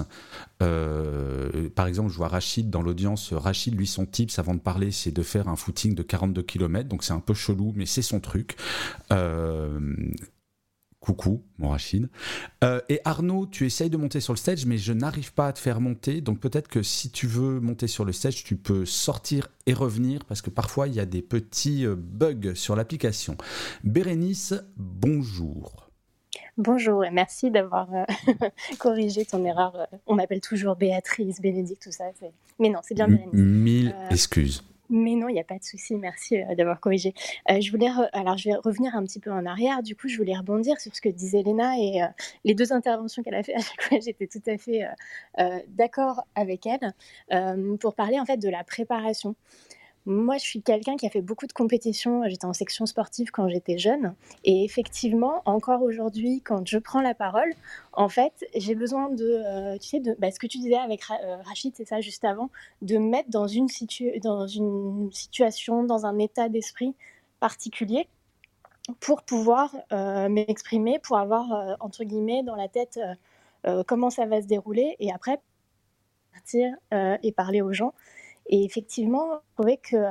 Speaker 3: Euh, par exemple, je vois Rachid dans l'audience. Rachid, lui, son tips avant de parler, c'est de faire un footing de quarante-deux kilomètres. Donc, c'est un peu chelou, mais c'est son truc. Euh, Coucou, mon Rachid. Euh, et Arnaud, tu essayes de monter sur le stage, mais je n'arrive pas à te faire monter. Donc peut-être que si tu veux monter sur le stage, tu peux sortir et revenir, parce que parfois, il y a des petits bugs sur l'application. Bérénice, bonjour.
Speaker 12: Bonjour et merci d'avoir euh, corrigé ton erreur. On m'appelle toujours Béatrice, Bénédicte, tout ça. C'est... Mais non, c'est bien Bérénice.
Speaker 3: Mille
Speaker 12: euh...
Speaker 3: excuses.
Speaker 12: Mais non, il n'y a pas de souci, merci euh, d'avoir corrigé. Euh, je voulais re... Alors, je vais revenir un petit peu en arrière. Du coup, je voulais rebondir sur ce que disait Léna et euh, les deux interventions qu'elle a fait. À chaque fois, j'étais tout à fait euh, euh, d'accord avec elle euh, pour parler en fait de la préparation. Moi, je suis quelqu'un qui a fait beaucoup de compétitions. J'étais en section sportive quand j'étais jeune. Et effectivement, encore aujourd'hui, quand je prends la parole, en fait, j'ai besoin de, euh, tu sais, de, bah, ce que tu disais avec Ra- euh, Rachid, c'est ça, juste avant, de me mettre dans une, situ- dans une situation, dans un état d'esprit particulier pour pouvoir euh, m'exprimer, pour avoir, euh, entre guillemets, dans la tête euh, euh, comment ça va se dérouler. Et après, partir euh, et parler aux gens. Et effectivement, je trouvais que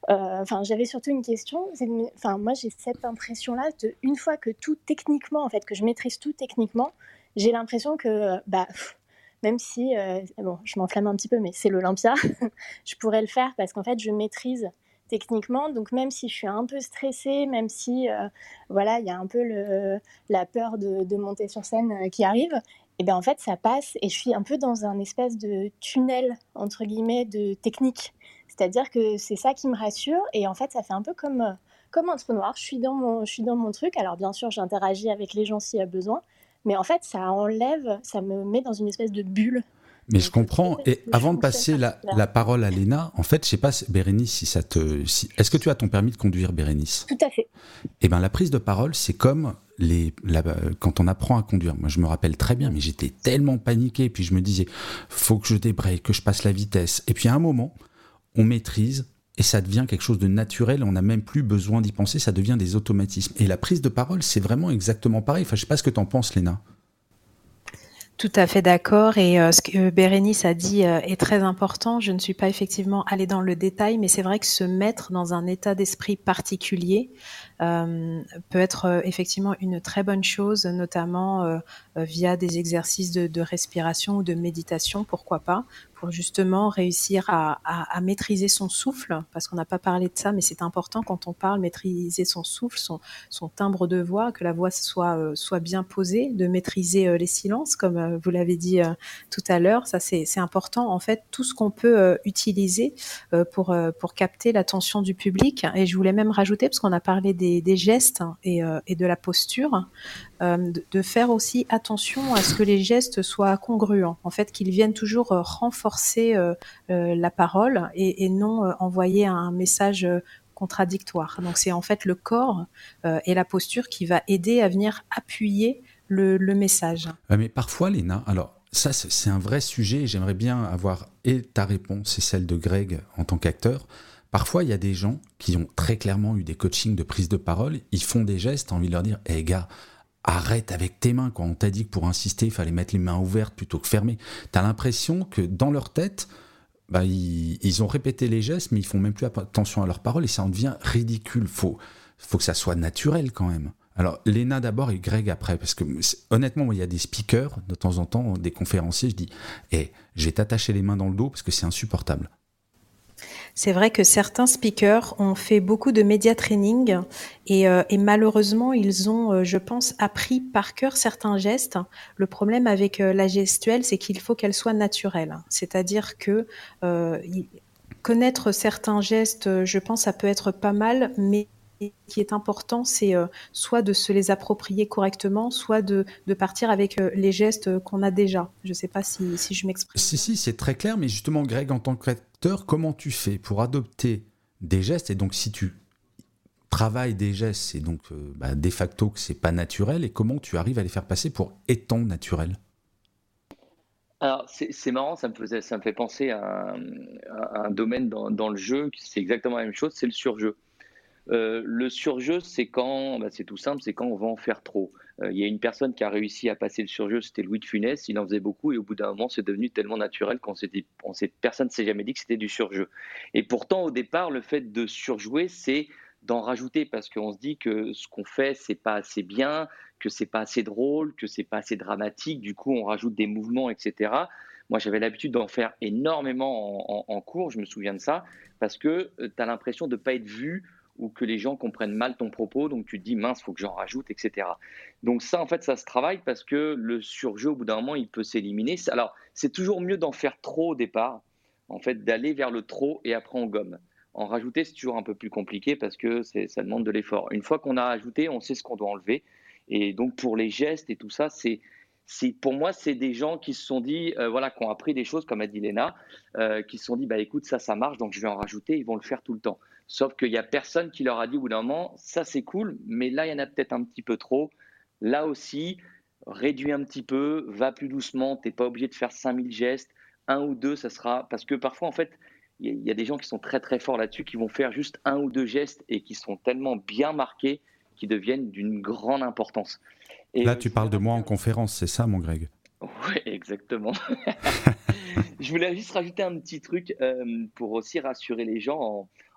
Speaker 12: Enfin, euh, j'avais surtout une question. Enfin, moi, j'ai cette impression-là de, une fois que tout techniquement, en fait, que je maîtrise tout techniquement, j'ai l'impression que, bah, pff, même si, euh, bon, je m'enflamme un petit peu, mais c'est l'Olympia, je pourrais le faire parce qu'en fait, je maîtrise techniquement. Donc, même si je suis un peu stressée, même si, euh, voilà, il y a un peu le, la peur de, de monter sur scène euh, qui arrive, et bien en fait, ça passe et je suis un peu dans un espèce de tunnel, entre guillemets, de technique. C'est-à-dire que c'est ça qui me rassure et en fait, ça fait un peu comme, euh, comme un trou noir. Je suis dans mon, je suis dans mon truc. Alors, bien sûr, j'interagis avec les gens s'il y a besoin, mais en fait, ça enlève, ça me met dans une espèce de bulle.
Speaker 3: Mais je comprends. Et avant de passer la, la parole à Léna, en fait, je sais pas, Bérénice, si ça te, si, est-ce que tu as ton permis de conduire, Bérénice ?
Speaker 12: Tout à fait.
Speaker 3: Eh ben, la prise de parole, c'est comme les, la, quand on apprend à conduire. Moi, je me rappelle très bien, mais j'étais tellement paniqué, puis je me disais, faut que je débraye, que je passe la vitesse. Et puis à un moment, on maîtrise. Et ça devient quelque chose de naturel, on n'a même plus besoin d'y penser, ça devient des automatismes. Et la prise de parole, c'est vraiment exactement pareil. Enfin, je sais pas ce que tu en penses, Léna.
Speaker 4: Tout à fait d'accord et euh, ce que Bérénice a dit euh, est très important. Je ne suis pas effectivement allée dans le détail, mais c'est vrai que se mettre dans un état d'esprit particulier euh, peut être euh, effectivement une très bonne chose, notamment euh, euh, via des exercices de, de respiration ou de méditation, pourquoi pas, pour justement réussir à, à, à maîtriser son souffle, parce qu'on n'a pas parlé de ça, mais c'est important quand on parle, maîtriser son souffle, son, son timbre de voix, que la voix soit, euh, soit bien posée, de maîtriser euh, les silences, comme euh, vous l'avez dit euh, tout à l'heure. Ça, c'est, c'est important. En fait, tout ce qu'on peut euh, utiliser euh, pour, euh, pour capter l'attention du public. Et je voulais même rajouter, parce qu'on a parlé des, des gestes et, euh, et de la posture, euh, de, de faire aussi attention à ce que les gestes soient congruents. En fait, qu'ils viennent toujours euh, renforcer euh, euh, la parole et, et non euh, envoyer un message euh, contradictoire. Donc, c'est en fait le corps euh, et la posture qui va aider à venir appuyer Le, le message.
Speaker 3: Mais parfois, Léna, alors ça c'est, c'est un vrai sujet et j'aimerais bien avoir et ta réponse et celle de Greg en tant qu'acteur. Parfois, il y a des gens qui ont très clairement eu des coachings de prise de parole, ils font des gestes, t'as envie de leur dire, hé hey, gars, arrête avec tes mains, quand on t'a dit que pour insister, il fallait mettre les mains ouvertes plutôt que fermées. T'as l'impression que dans leur tête, bah, ils, ils ont répété les gestes, mais ils font même plus attention à leurs paroles et ça en devient ridicule. Faut, faut que ça soit naturel quand même. Alors, Léna d'abord et Greg après, parce que honnêtement, il y a des speakers, de temps en temps, des conférenciers, je dis hey, « je vais t'attacher les mains dans le dos parce que c'est insupportable ».
Speaker 4: C'est vrai que certains speakers ont fait beaucoup de média training et, euh, et malheureusement, ils ont, euh, je pense, appris par cœur certains gestes. Le problème avec euh, la gestuelle, c'est qu'il faut qu'elle soit naturelle. C'est-à-dire que euh, connaître certains gestes, je pense, ça peut être pas mal, mais ce qui est important, c'est euh, soit de se les approprier correctement, soit de, de partir avec euh, les gestes qu'on a déjà. Je ne sais pas si, si je m'exprime.
Speaker 3: Si, si, c'est très clair, mais justement, Greg, en tant qu'acteur, comment tu fais pour adopter des gestes ? Et donc, si tu travailles des gestes, c'est donc euh, bah, de facto que ce n'est pas naturel, et comment tu arrives à les faire passer pour étant naturel ?
Speaker 11: Alors, c'est, c'est marrant, ça me, faisait, ça me fait penser à un, à un domaine dans, dans le jeu, c'est exactement la même chose, c'est le surjeu. Euh, le surjeu, c'est quand, bah c'est tout simple, c'est quand on va en faire trop. Il euh, y a une personne qui a réussi à passer le surjeu, c'était Louis de Funès, il en faisait beaucoup et au bout d'un moment, c'est devenu tellement naturel qu'on s'est dit, on s'est, personne ne s'est jamais dit que c'était du surjeu. Et pourtant, au départ, le fait de surjouer, c'est d'en rajouter parce qu'on se dit que ce qu'on fait, c'est pas assez bien, que c'est pas assez drôle, que c'est pas assez dramatique. Du coup, on rajoute des mouvements, et cetera. Moi, j'avais l'habitude d'en faire énormément en, en, en cours, je me souviens de ça, parce que tu as l'impression de ne pas être vu ou que les gens comprennent mal ton propos, donc tu te dis mince, il faut que j'en rajoute, et cetera. Donc ça, en fait, ça se travaille parce que le surjeu, au bout d'un moment, il peut s'éliminer. Alors, c'est toujours mieux d'en faire trop au départ, en fait, d'aller vers le trop et après on gomme. En rajouter, c'est toujours un peu plus compliqué parce que c'est, ça demande de l'effort. Une fois qu'on a rajouté, on sait ce qu'on doit enlever. Et donc, pour les gestes et tout ça, c'est, c'est, pour moi, c'est des gens qui se sont dit, euh, voilà, qui ont appris des choses, comme a dit Léna, euh, qui se sont dit, bah, écoute, ça, ça marche, donc je vais en rajouter, ils vont le faire tout le temps. Sauf qu'il n'y a personne qui leur a dit au bout d'un moment, ça c'est cool, mais là il y en a peut-être un petit peu trop. Là aussi, réduis un petit peu, va plus doucement, tu n'es pas obligé de faire cinq mille gestes, un ou deux, ça sera. Parce que parfois, en fait, il y, y a des gens qui sont très très forts là-dessus, qui vont faire juste un ou deux gestes et qui sont tellement bien marqués qu'ils deviennent d'une grande importance. Et
Speaker 3: là, tu parles de moi en conférence, c'est ça, mon Greg ?
Speaker 11: Oui, exactement. Je voulais juste rajouter un petit truc euh, pour aussi rassurer les gens en.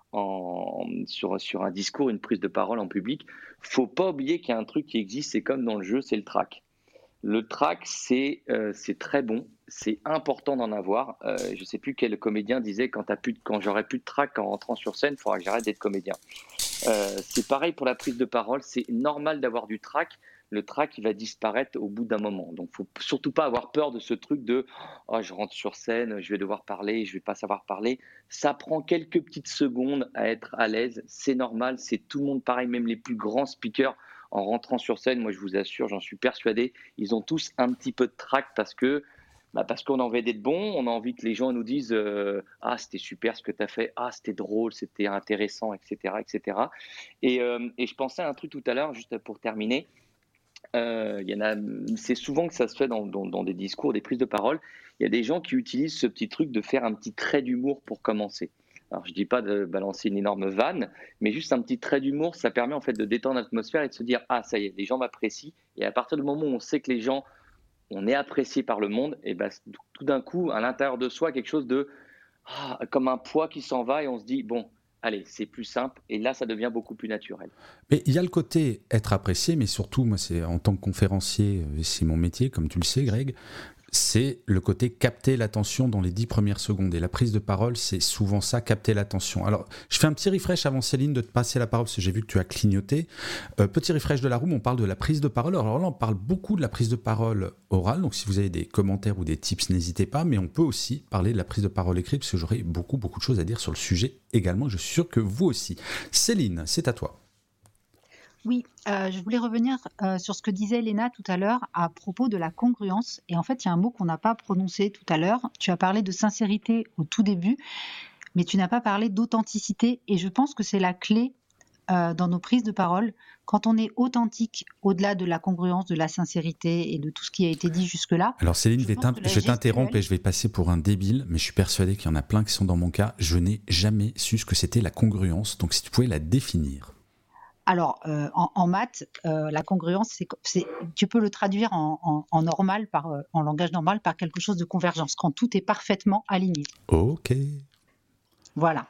Speaker 11: en, sur, sur un discours, une prise de parole en public. Faut pas oublier qu'il y a un truc qui existe, c'est comme dans le jeu, c'est le track. Le track, c'est euh, c'est très bon, c'est important d'en avoir. Euh, je ne sais plus quel comédien disait quand, t'as plus de, quand j'aurai plus de track en rentrant sur scène, il faudra que j'arrête d'être comédien. Euh, c'est pareil pour la prise de parole, c'est normal d'avoir du track. Le track, il va disparaître au bout d'un moment. Donc, il ne faut surtout pas avoir peur de ce truc de oh, je rentre sur scène, je vais devoir parler, je ne vais pas savoir parler. Ça prend quelques petites secondes à être à l'aise. C'est normal, c'est tout le monde pareil, même les plus grands speakers. En rentrant sur scène, moi je vous assure, j'en suis persuadé, ils ont tous un petit peu de trac parce que bah parce qu'on a envie d'être bon, on a envie que les gens nous disent euh, ah c'était super ce que tu as fait, ah c'était drôle, c'était intéressant, et cetera, et cetera. Et, euh, et je pensais à un truc tout à l'heure, juste pour terminer. Euh, y en a, c'est souvent que ça se fait dans, dans, dans des discours, des prises de parole. Il y a des gens qui utilisent ce petit truc de faire un petit trait d'humour pour commencer. Alors, je ne dis pas de balancer une énorme vanne, mais juste un petit trait d'humour, ça permet en fait de détendre l'atmosphère et de se dire « Ah, ça y est, les gens m'apprécient ». Et à partir du moment où on sait que les gens, on est apprécié par le monde, et ben, tout d'un coup, à l'intérieur de soi, quelque chose de ah, comme un poids qui s'en va et on se dit « Bon, allez, c'est plus simple ». Et là, ça devient beaucoup plus naturel.
Speaker 3: Mais il y a le côté être apprécié, mais surtout, moi, c'est en tant que conférencier, c'est mon métier, comme tu le sais, Greg, c'est le côté capter l'attention dans les dix premières secondes. Et la prise de parole, c'est souvent ça, capter l'attention. Alors, je fais un petit refresh avant, Céline, de te passer la parole, parce que j'ai vu que tu as clignoté. Euh, petit refresh de la room, on parle de la prise de parole. Alors là, on parle beaucoup de la prise de parole orale. Donc, si vous avez des commentaires ou des tips, n'hésitez pas. Mais on peut aussi parler de la prise de parole écrite, parce que j'aurai beaucoup, beaucoup de choses à dire sur le sujet également. Je suis sûr que vous aussi. Céline, c'est à toi.
Speaker 6: Oui, euh, je voulais revenir euh, sur ce que disait Léna tout à l'heure à propos de la congruence. Et en fait, il y a un mot qu'on n'a pas prononcé tout à l'heure. Tu as parlé de sincérité au tout début, mais tu n'as pas parlé d'authenticité. Et je pense que c'est la clé euh, dans nos prises de parole. Quand on est authentique, au-delà de la congruence, de la sincérité et de tout ce qui a été dit jusque-là.
Speaker 3: Alors Céline, je vais, je vais t'interrompre et je vais passer pour un débile, mais je suis persuadé qu'il y en a plein qui sont dans mon cas. Je n'ai jamais su ce que c'était la congruence. Donc si tu pouvais la définir.
Speaker 6: Alors, euh, en, en maths, euh, la congruence, c'est, c'est, tu peux le traduire en, en, en normal, par, euh, en langage normal, par quelque chose de convergence, quand tout est parfaitement aligné.
Speaker 3: Ok.
Speaker 6: Voilà.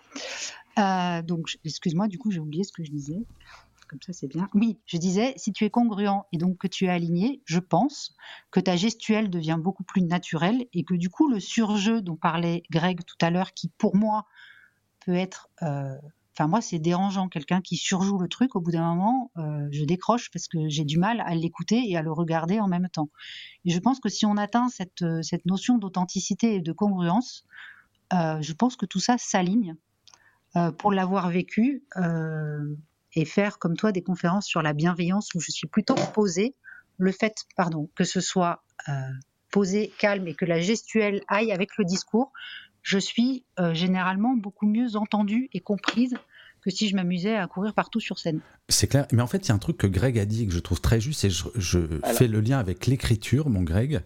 Speaker 6: Euh, donc, excuse-moi, du coup, j'ai oublié ce que je disais. Comme ça, c'est bien. Oui, je disais, si tu es congruent et donc que tu es aligné, je pense que ta gestuelle devient beaucoup plus naturelle et que du coup, le surjeu dont parlait Greg tout à l'heure, qui pour moi peut être... Euh, Enfin, moi, c'est dérangeant. Quelqu'un qui surjoue le truc, au bout d'un moment, euh, je décroche parce que j'ai du mal à l'écouter et à le regarder en même temps. Et je pense que si on atteint cette, cette notion d'authenticité et de congruence, euh, je pense que tout ça s'aligne. Euh, pour l'avoir vécu euh, et faire, comme toi, des conférences sur la bienveillance où je suis plutôt posée, le fait, pardon, que ce soit euh, posé, calme et que la gestuelle aille avec le discours, je suis euh, généralement beaucoup mieux entendue et comprise que si je m'amusais à courir partout sur scène.
Speaker 3: C'est clair, mais en fait, il y a un truc que Greg a dit et que je trouve très juste, et je, je fais le lien avec l'écriture, mon Greg,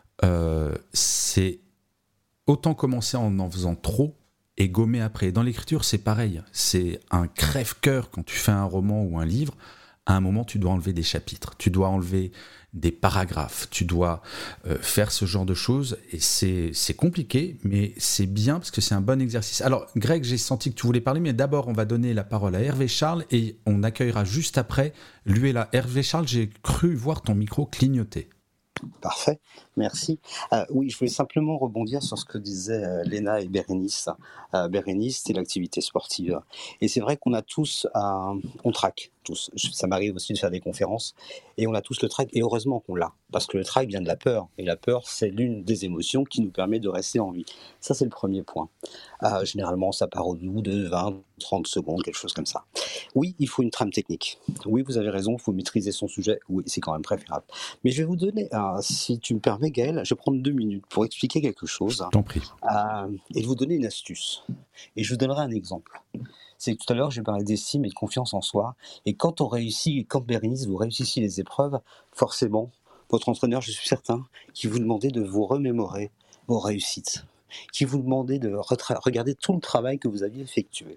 Speaker 3: euh, c'est autant commencer en en faisant trop et gommer après. Dans l'écriture, c'est pareil, c'est un crève-cœur quand tu fais un roman ou un livre. À un moment, tu dois enlever des chapitres, tu dois enlever des paragraphes, tu dois euh, faire ce genre de choses, et c'est, c'est compliqué, mais c'est bien parce que c'est un bon exercice. Alors, Greg, j'ai senti que tu voulais parler, mais d'abord, on va donner la parole à Hervé Charles, et on accueillera juste après Luella. Hervé Charles, j'ai cru voir ton micro clignoter.
Speaker 8: Parfait, merci. Euh, oui, je voulais simplement rebondir sur ce que disaient euh, Léna et Bérénice. Euh, Bérénice, c'est l'activité sportive. Et c'est vrai qu'on a tous, euh, on traque tous. Ça m'arrive aussi de faire des conférences, et on a tous le trac, et heureusement qu'on l'a, parce que le trac vient de la peur, et la peur, c'est l'une des émotions qui nous permet de rester en vie. Ça, c'est le premier point. Euh, généralement, ça part au bout de vingt, trente secondes, quelque chose comme ça. Oui, il faut une trame technique. Oui, vous avez raison, il faut maîtriser son sujet. Oui, c'est quand même préférable. Mais je vais vous donner, euh, si tu me permets, Gaël, je vais prendre deux minutes pour expliquer quelque chose.
Speaker 3: Je t'en prie.
Speaker 8: Euh, et de vous donner une astuce. Et je vous donnerai un exemple. C'est que tout à l'heure, j'ai parlé d'estime et de confiance en soi. Et quand on réussit, quand Bérénice, vous réussissez les épreuves, forcément, votre entraîneur, je suis certain, qui vous demandait de vous remémorer vos réussites, qui vous demandait de retra- regarder tout le travail que vous aviez effectué.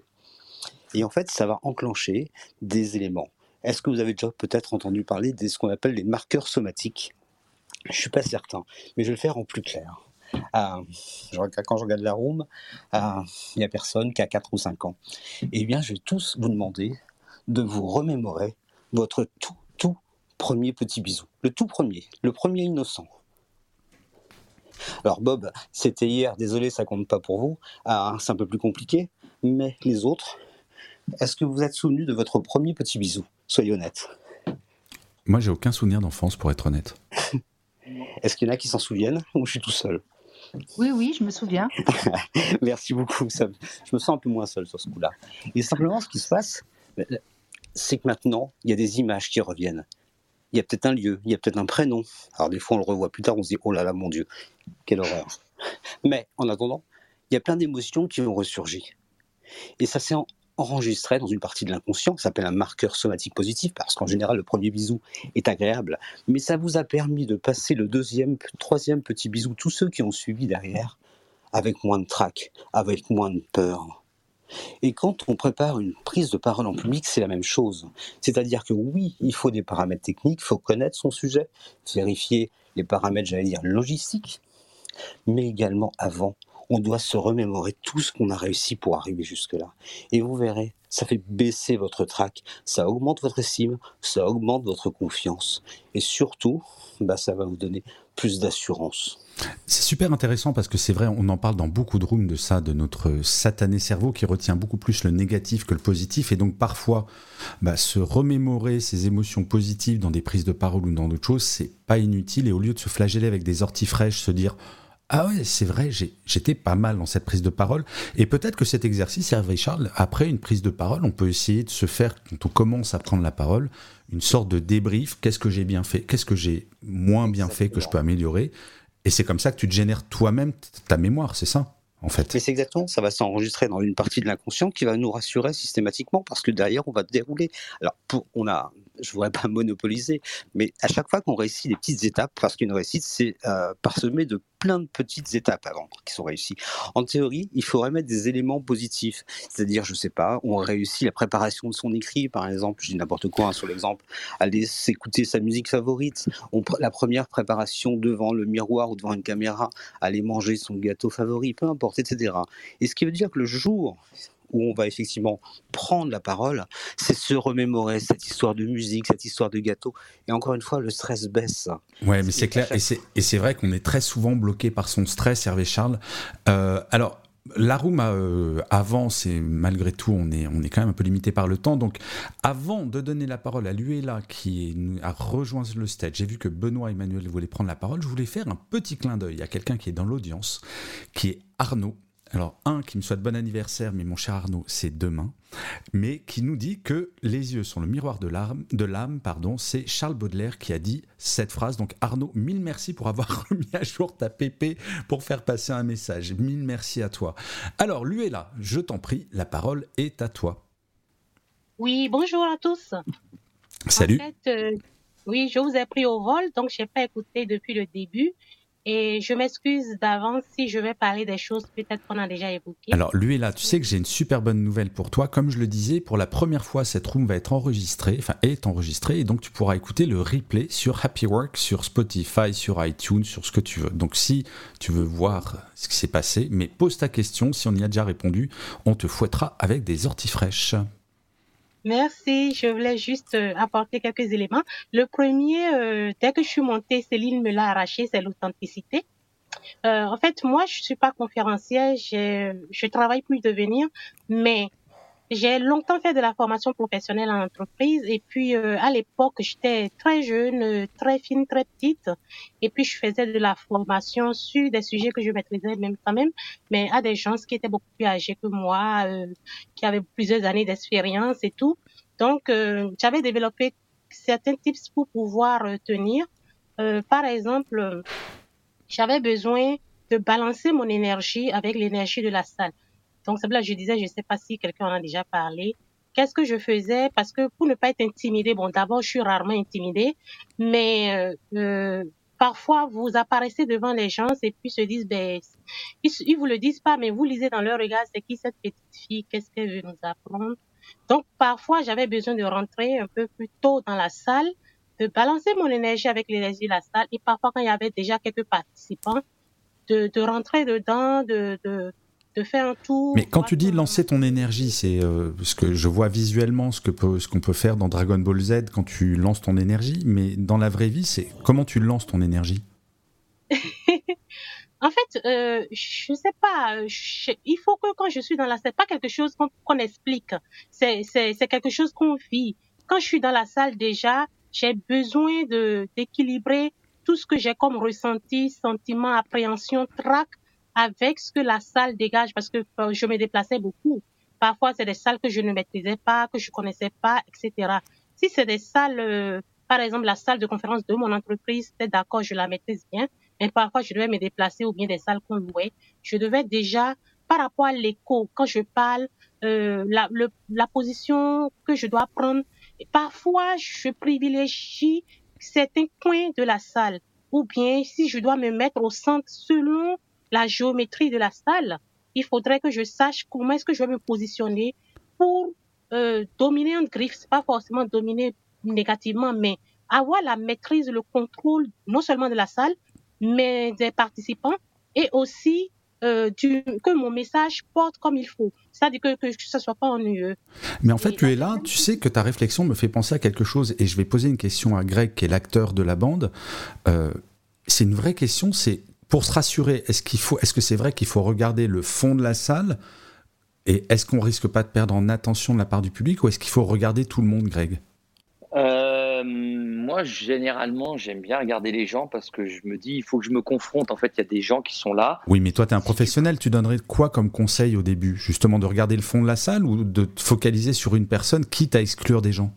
Speaker 8: Et en fait, ça va enclencher des éléments. Est-ce que vous avez déjà peut-être entendu parler de ce qu'on appelle les marqueurs somatiques ? Je ne suis pas certain, mais je vais le faire en plus clair. Euh, je regarde- quand je regarde la room, euh, il n'y a personne qui a quatre ou cinq ans. Eh bien, je vais tous vous demander de vous remémorer votre tout, tout premier petit bisou. Le tout premier, le premier innocent. Alors Bob, c'était hier, désolé, ça compte pas pour vous, Ah, c'est un peu plus compliqué, mais les autres, est-ce que vous êtes souvenu de votre premier petit bisou? Soyez honnête.
Speaker 3: Moi, j'ai aucun souvenir d'enfance, pour être honnête.
Speaker 8: Est-ce qu'il y en a qui s'en souviennent ou je suis tout seul?
Speaker 6: Oui, oui, je me souviens.
Speaker 8: Merci beaucoup, ça- je me sens un peu moins seul sur ce coup-là. Et simplement, ce qui se passe, c'est que maintenant, il y a des images qui reviennent. Il y a peut-être un lieu, il y a peut-être un prénom. Alors des fois, on le revoit plus tard, on se dit « Oh là là, mon Dieu, quelle horreur !» Mais en attendant, il y a plein d'émotions qui ont ressurgi. Et ça s'est en- enregistré dans une partie de l'inconscient, ça s'appelle un marqueur somatique positif, parce qu'en général, le premier bisou est agréable. Mais ça vous a permis de passer le deuxième, troisième petit bisou, tous ceux qui ont suivi derrière, avec moins de trac, avec moins de peur. Et quand on prépare une prise de parole en public, c'est la même chose. C'est-à-dire que oui, il faut des paramètres techniques, il faut connaître son sujet, vérifier les paramètres, j'allais dire, logistiques, mais également avant, on doit se remémorer tout ce qu'on a réussi pour arriver jusque-là. Et vous verrez, ça fait baisser votre trac, ça augmente votre estime, ça augmente votre confiance. Et surtout, bah, ça va vous donner plus d'assurance.
Speaker 3: C'est super intéressant parce que c'est vrai, on en parle dans beaucoup de rooms de ça, de notre satané cerveau qui retient beaucoup plus le négatif que le positif. Et donc parfois, bah, se remémorer ces émotions positives dans des prises de parole ou dans d'autres choses, c'est pas inutile. Et au lieu de se flageller avec des orties fraîches, se dire « Ah ouais, c'est vrai, j'ai, j'étais pas mal dans cette prise de parole. » Et peut-être que cet exercice, Hervé Charles, après une prise de parole, on peut essayer de se faire, quand on commence à prendre la parole, une sorte de débrief. Qu'est-ce que j'ai bien fait? Qu'est-ce que j'ai moins bien fait que je peux améliorer? Et c'est comme ça que tu te génères toi-même ta mémoire, c'est ça, en fait.
Speaker 8: Mais c'est exactement, ça va s'enregistrer dans une partie de l'inconscient qui va nous rassurer systématiquement parce que derrière, on va dérouler. Alors, pour, on a, je ne voudrais pas monopoliser, mais à chaque fois qu'on réussit des petites étapes, parce qu'une réussite, c'est euh, parsemé de plein de petites étapes avant qui sont réussies. En théorie, il faudrait mettre des éléments positifs, c'est-à-dire, je sais pas, on réussit la préparation de son écrit, par exemple, je dis n'importe quoi hein, sur l'exemple, aller s'écouter sa musique favorite, on, la première préparation devant le miroir ou devant une caméra, aller manger son gâteau favori, peu importe, et cetera. Et ce qui veut dire que le jour où on va effectivement prendre la parole, c'est se remémorer cette histoire de musique, cette histoire de gâteau. Et encore une fois, le stress baisse.
Speaker 3: Ouais, mais c'est clair. Et c'est, et c'est vrai qu'on est très souvent bloqué par son stress, Hervé Charles. Euh, alors, la room euh, avance et malgré tout, on est, on est quand même un peu limité par le temps. Donc, avant de donner la parole à Luella qui est, a rejoint le stage, j'ai vu que Benoît Emmanuel voulait prendre la parole. Je voulais faire un petit clin d'œil. Il y a quelqu'un qui est dans l'audience, qui est Arnaud. Alors, un qui me souhaite bon anniversaire, mais mon cher Arnaud, c'est demain, mais qui nous dit que les yeux sont le miroir de l'âme, de l'âme, pardon, c'est Charles Baudelaire qui a dit cette phrase. Donc Arnaud, mille merci pour avoir remis à jour ta pépé pour faire passer un message. Mille merci à toi. Alors, Luella, je t'en prie, la parole est à toi.
Speaker 13: Oui, bonjour à tous.
Speaker 3: Salut.
Speaker 13: En fait, euh, oui, je vous ai pris au vol, donc je n'ai pas écouté depuis le début. Et je m'excuse d'avance si je vais parler des choses peut-être qu'on a déjà évoquées.
Speaker 3: Alors, Luella, tu sais que j'ai une super bonne nouvelle pour toi. Comme je le disais, pour la première fois, cette room va être enregistrée, enfin, est enregistrée, et donc tu pourras écouter le replay sur Happy Work, sur Spotify, sur iTunes, sur ce que tu veux. Donc, si tu veux voir ce qui s'est passé, mais pose ta question, si on y a déjà répondu, on te fouettera avec des orties fraîches.
Speaker 13: Merci, je voulais juste euh, apporter quelques éléments. Le premier, euh, dès que je suis montée, Céline me l'a arraché, c'est l'authenticité. Euh, en fait, moi, je suis pas conférencière, j'ai, je travaille pour y devenir, mais j'ai longtemps fait de la formation professionnelle en entreprise et puis euh, à l'époque, j'étais très jeune, très fine, très petite et puis je faisais de la formation sur des sujets que je maîtrisais même quand même, mais à des gens qui étaient beaucoup plus âgés que moi, euh, qui avaient plusieurs années d'expérience et tout. Donc, euh, j'avais développé certains tips pour pouvoir euh, tenir. Euh, par exemple, euh, j'avais besoin de balancer mon énergie avec l'énergie de la salle. Donc, c'est là que je disais, je ne sais pas si quelqu'un en a déjà parlé. Qu'est-ce que je faisais? Parce que pour ne pas être intimidée, bon, d'abord, je suis rarement intimidée, mais euh, euh, parfois, vous apparaissez devant les gens et puis se disent, ben, ils, ils vous le disent pas, mais vous lisez dans leur regard, c'est qui cette petite fille? Qu'est-ce qu'elle veut nous apprendre? Donc, parfois, j'avais besoin de rentrer un peu plus tôt dans la salle, de balancer mon énergie avec l'énergie de la salle. Et parfois, quand il y avait déjà quelques participants, de, de rentrer dedans, de, de, de faire un tour.
Speaker 3: Mais quand tu dis lancer ton énergie, c'est euh, ce que je vois visuellement, ce que peut, ce qu'on peut faire dans Dragon Ball Z quand tu lances ton énergie, mais dans la vraie vie, c'est comment tu lances ton énergie?
Speaker 13: En fait, euh, je sais pas. Je, il faut que quand je suis dans la salle, c'est pas quelque chose qu'on, qu'on explique. C'est, c'est, c'est quelque chose qu'on vit. Quand je suis dans la salle, déjà, j'ai besoin de d'équilibrer tout ce que j'ai comme ressenti, sentiment, appréhension, trac, avec ce que la salle dégage, parce que euh, je me déplaçais beaucoup. Parfois, c'est des salles que je ne maîtrisais pas, que je connaissais pas, et cetera. Si c'est des salles, euh, par exemple, la salle de conférence de mon entreprise, c'est d'accord, je la maîtrise bien. Mais parfois, je devais me déplacer ou bien des salles qu'on louait. Je devais déjà, par rapport à l'écho, quand je parle, euh, la, le, la position que je dois prendre. Parfois, je privilégie certains coins de la salle. Ou bien, si je dois me mettre au centre selon la géométrie de la salle, il faudrait que je sache comment est-ce que je vais me positionner pour euh, dominer un griffe. C'est pas forcément dominer négativement, mais avoir la maîtrise, le contrôle, non seulement de la salle, mais des participants, et aussi euh, du, que mon message porte comme il faut. C'est-à-dire que, que, que ce ne soit pas ennuyeux.
Speaker 3: Mais en fait, tu es là, tu sais que ta réflexion me fait penser à quelque chose, et je vais poser une question à Greg, qui est l'acteur de la bande. Euh, c'est une vraie question, c'est pour se rassurer, est-ce qu'il faut, est-ce que c'est vrai qu'il faut regarder le fond de la salle, et est-ce qu'on risque pas de perdre en attention de la part du public, ou est-ce qu'il faut regarder tout le monde, Greg ?
Speaker 11: Euh, moi, généralement, j'aime bien regarder les gens parce que je me dis, il faut que je me confronte. En fait, il y a des gens qui sont là.
Speaker 3: Oui, mais toi, tu es un professionnel. Tu donnerais quoi comme conseil au début ? Justement, de regarder le fond de la salle ou de te focaliser sur une personne, quitte à exclure des gens ?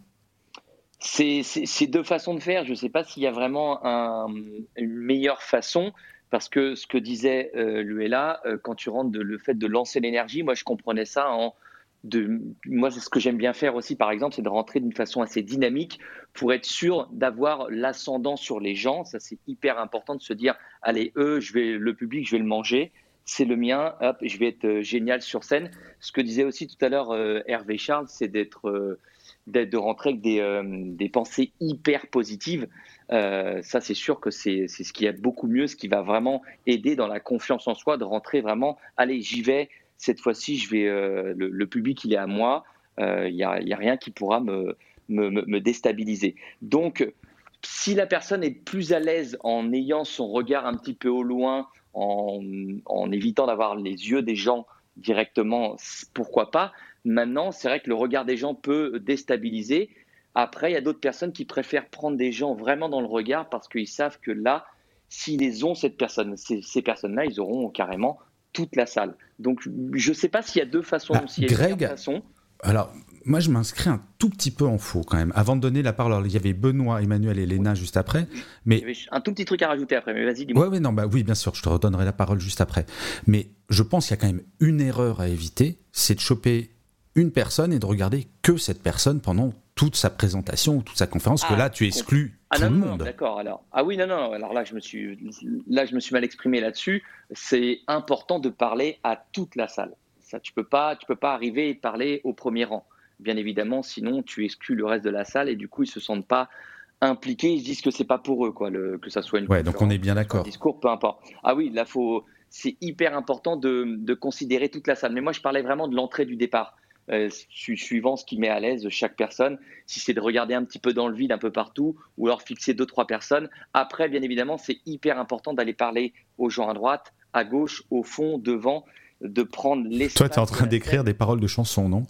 Speaker 11: C'est, c'est, c'est deux façons de faire. Je ne sais pas s'il y a vraiment un, une meilleure façon. Parce que ce que disait euh, Luella, euh, quand tu rentres de, le fait de lancer l'énergie, moi, je comprenais ça en... De, moi, c'est ce que j'aime bien faire aussi, par exemple, c'est de rentrer d'une façon assez dynamique pour être sûr d'avoir l'ascendant sur les gens. Ça, c'est hyper important de se dire, allez, eux, je vais, le public, je vais le manger, c'est le mien, hop, je vais être euh, génial sur scène. Ce que disait aussi tout à l'heure euh, Hervé Charles, c'est d'être, euh, d'être, de rentrer avec des, euh, des pensées hyper positives. Euh, ça, c'est sûr que c'est, c'est ce qui est beaucoup mieux, ce qui va vraiment aider dans la confiance en soi, de rentrer vraiment, allez, j'y vais. Cette fois-ci, je vais, euh, le, le public, il est à moi. Il euh, n'y a, y a rien qui pourra me, me, me déstabiliser. Donc, si la personne est plus à l'aise en ayant son regard un petit peu au loin, en, en évitant d'avoir les yeux des gens directement, pourquoi pas. Maintenant, c'est vrai que le regard des gens peut déstabiliser. Après, il y a d'autres personnes qui préfèrent prendre des gens vraiment dans le regard parce qu'ils savent que là, s'ils ont cette personne, ces, ces personnes-là, ils auront carrément toute la salle. Donc, je ne sais pas s'il y a deux façons.
Speaker 3: Bah,
Speaker 11: s'il y a
Speaker 3: Greg,
Speaker 11: deux façons.
Speaker 3: Alors, moi, je m'inscris un tout petit peu en faux quand même. Avant de donner la parole, alors, il y avait Benoît, Emmanuel et Léna juste après. Mais...
Speaker 11: Il y avait un tout petit truc à rajouter après, mais vas-y, dis-moi.
Speaker 3: Ouais, ouais, non, bah oui, bien sûr, je te redonnerai la parole juste après. Mais je pense qu'il y a quand même une erreur à éviter, c'est de choper une personne et de regarder que cette personne pendant toute sa présentation ou toute sa conférence, ah, que là, tu exclus
Speaker 11: ah,
Speaker 3: tout
Speaker 11: non,
Speaker 3: le
Speaker 11: non,
Speaker 3: monde.
Speaker 11: D'accord, alors. Ah oui, non, non, alors là, je me suis, là, je me suis mal exprimé là-dessus. C'est important de parler à toute la salle. Ça, tu peux pas, tu peux pas arriver et parler au premier rang. Bien évidemment, sinon, tu exclus le reste de la salle et du coup, ils se sentent pas impliqués. Ils se disent que c'est pas pour eux, quoi, le, que ça soit une
Speaker 3: ouais, donc on est bien d'accord.
Speaker 11: Un discours, peu importe. Ah oui, là, faut, c'est hyper important de, de considérer toute la salle. Mais moi, je parlais vraiment de l'entrée du départ. Euh, suivant ce qui met à l'aise chaque personne, si c'est de regarder un petit peu dans le vide un peu partout ou alors fixer deux, trois personnes. Après, bien évidemment, c'est hyper important d'aller parler aux gens à droite, à gauche, au fond, devant, de prendre l'espace.
Speaker 3: Toi, tu es en train de d'écrire scène. Des paroles de chansons, non?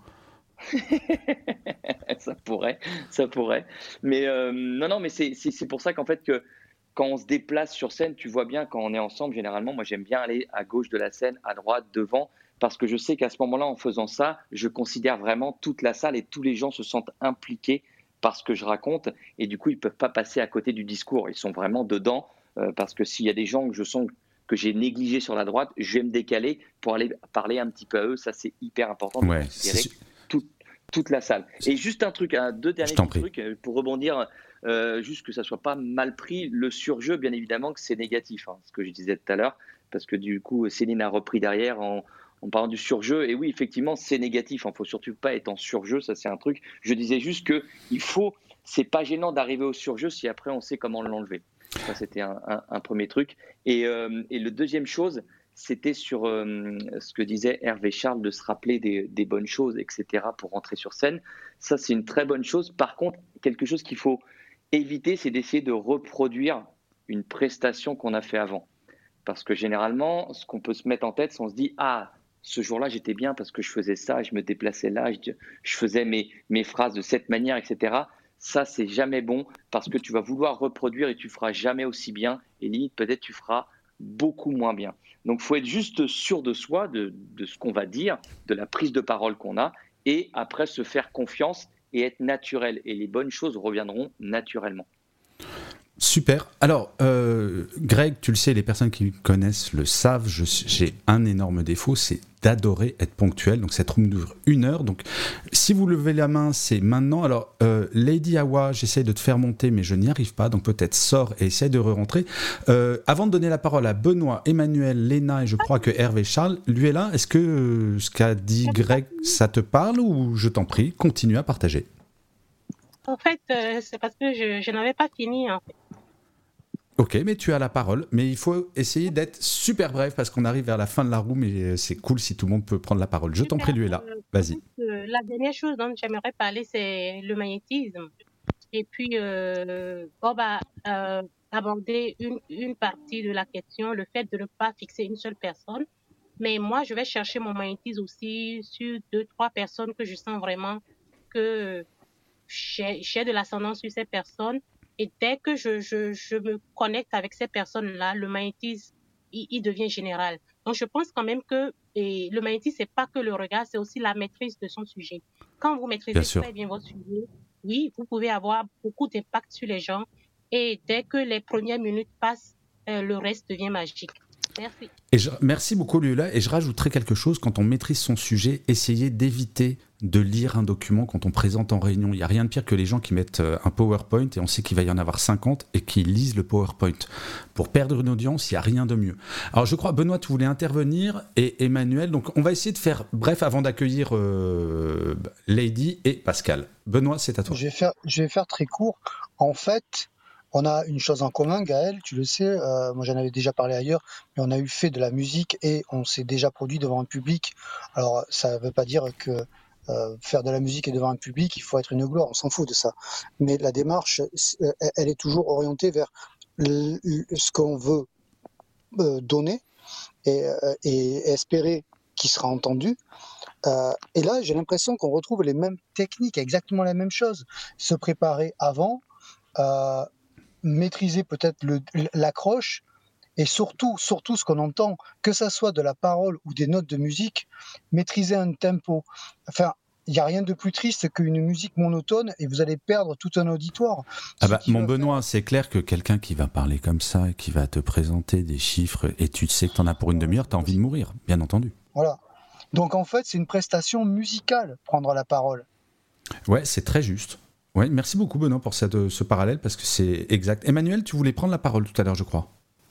Speaker 11: Ça pourrait, ça pourrait. Mais euh, non, non, mais c'est, c'est, c'est pour ça qu'en fait, que quand on se déplace sur scène, tu vois bien, quand on est ensemble, généralement, moi, j'aime bien aller à gauche de la scène, à droite, devant, parce que je sais qu'à ce moment-là, en faisant ça, je considère vraiment toute la salle et tous les gens se sentent impliqués par ce que je raconte et du coup, ils ne peuvent pas passer à côté du discours. Ils sont vraiment dedans euh, parce que s'il y a des gens que je sens que j'ai négligés sur la droite, je vais me décaler pour aller parler un petit peu à eux. Ça, c'est hyper important de
Speaker 3: ouais,
Speaker 11: considérer tout, toute la salle. Et juste un truc, hein, deux derniers trucs pour rebondir, euh, juste que ça ne soit pas mal pris. Le surjeu, bien évidemment, que c'est négatif, hein, ce que je disais tout à l'heure, parce que du coup, Céline a repris derrière en en parlant du surjeu, et oui, effectivement, c'est négatif. Il ne faut surtout pas être en surjeu, ça c'est un truc. Je disais juste qu'il faut, c'est pas gênant d'arriver au surjeu si après on sait comment l'enlever. Ça, c'était un, un, un premier truc. Et, euh, et le deuxième chose, c'était sur euh, ce que disait Hervé Charles, de se rappeler des, des bonnes choses, et cetera, pour rentrer sur scène. Ça, c'est une très bonne chose. Par contre, quelque chose qu'il faut éviter, c'est d'essayer de reproduire une prestation qu'on a fait avant. Parce que généralement, ce qu'on peut se mettre en tête, c'est on se dit « Ah, ce jour-là, j'étais bien parce que je faisais ça, je me déplaçais là, je, je faisais mes, mes phrases de cette manière, et cetera » Ça, c'est jamais bon parce que tu vas vouloir reproduire et tu feras jamais aussi bien. Et limite, peut-être, tu feras beaucoup moins bien. Donc, il faut être juste sûr de soi, de, de ce qu'on va dire, de la prise de parole qu'on a, et après se faire confiance et être naturel. Et les bonnes choses reviendront naturellement.
Speaker 3: Super. Alors, euh, Greg, tu le sais, les personnes qui me connaissent le savent, je, j'ai un énorme défaut, c'est d'adorer être ponctuel. Donc, cette room dure une heure. Donc, si vous levez la main, c'est maintenant. Alors, euh, Lady Awa, j'essaye de te faire monter, mais je n'y arrive pas. Donc, peut-être sors et essaye de re-rentrer. Euh, avant de donner la parole à Benoît, Emmanuel, Léna et je crois que Hervé Charles, lui est là. Est-ce que euh, ce qu'a dit Greg, ça te parle ou je t'en prie, continue à partager?
Speaker 13: En fait, euh, c'est parce que je, je n'avais pas fini, en fait.
Speaker 3: Ok, mais tu as la parole, mais il faut essayer d'être super bref parce qu'on arrive vers la fin de la roue, mais c'est cool si tout le monde peut prendre la parole. Je t'en prie, lui est là. Vas-y.
Speaker 13: Euh, la dernière chose dont j'aimerais parler, c'est le magnétisme. Et puis, euh, Bob a euh, abordé une, une partie de la question, le fait de ne pas fixer une seule personne. Mais moi, je vais chercher mon magnétisme aussi sur deux, trois personnes que je sens vraiment que j'ai, j'ai de l'ascendance sur ces personnes. Et dès que je, je, je me connecte avec ces personnes-là, le magnétisme, il, il devient général. Donc, je pense quand même que et le magnétisme, c'est pas que le regard, c'est aussi la maîtrise de son sujet. Quand vous maîtrisez bien très bien votre sujet, oui, vous pouvez avoir beaucoup d'impact sur les gens. Et dès que les premières minutes passent, euh, le reste devient magique. Merci.
Speaker 3: Et je, merci beaucoup, Lula. Et je rajouterai quelque chose. Quand on maîtrise son sujet, essayez d'éviter de lire un document quand on présente en réunion. Il n'y a rien de pire que les gens qui mettent un PowerPoint et on sait qu'il va y en avoir cinquante et qui lisent le PowerPoint. Pour perdre une audience, il n'y a rien de mieux. Alors, je crois, Benoît, tu voulais intervenir et Emmanuel. Donc, on va essayer de faire bref avant d'accueillir euh, Lady et Pascal. Benoît, c'est à toi.
Speaker 9: Je vais faire, je vais faire très court. En fait, on a une chose en commun, Gaël, tu le sais, euh, moi j'en avais déjà parlé ailleurs, mais on a eu fait de la musique et on s'est déjà produit devant un public. Alors ça ne veut pas dire que euh, faire de la musique et devant un public, il faut être une gloire, on s'en fout de ça. Mais la démarche, elle est toujours orientée vers le, ce qu'on veut euh, donner et, et espérer qu'il sera entendu. Euh, et là, j'ai l'impression qu'on retrouve les mêmes techniques, exactement la même chose. Se préparer avant, euh, maîtriser peut-être le, l'accroche et surtout, surtout ce qu'on entend, que ça soit de la parole ou des notes de musique, maîtriser un tempo. Enfin, il n'y a rien de plus triste qu'une musique monotone et vous allez perdre tout un auditoire.
Speaker 3: Ah bah, mon Benoît, faire... c'est clair que quelqu'un qui va parler comme ça et qui va te présenter des chiffres et tu sais que tu en as pour une demi-heure, tu as envie de mourir, bien entendu.
Speaker 9: Voilà. Donc en fait, c'est une prestation musicale, prendre la parole.
Speaker 3: Ouais, c'est très juste. Ouais, merci beaucoup Benoît pour cette, ce parallèle parce que c'est exact. Emmanuel, tu voulais prendre la parole tout à l'heure, je crois.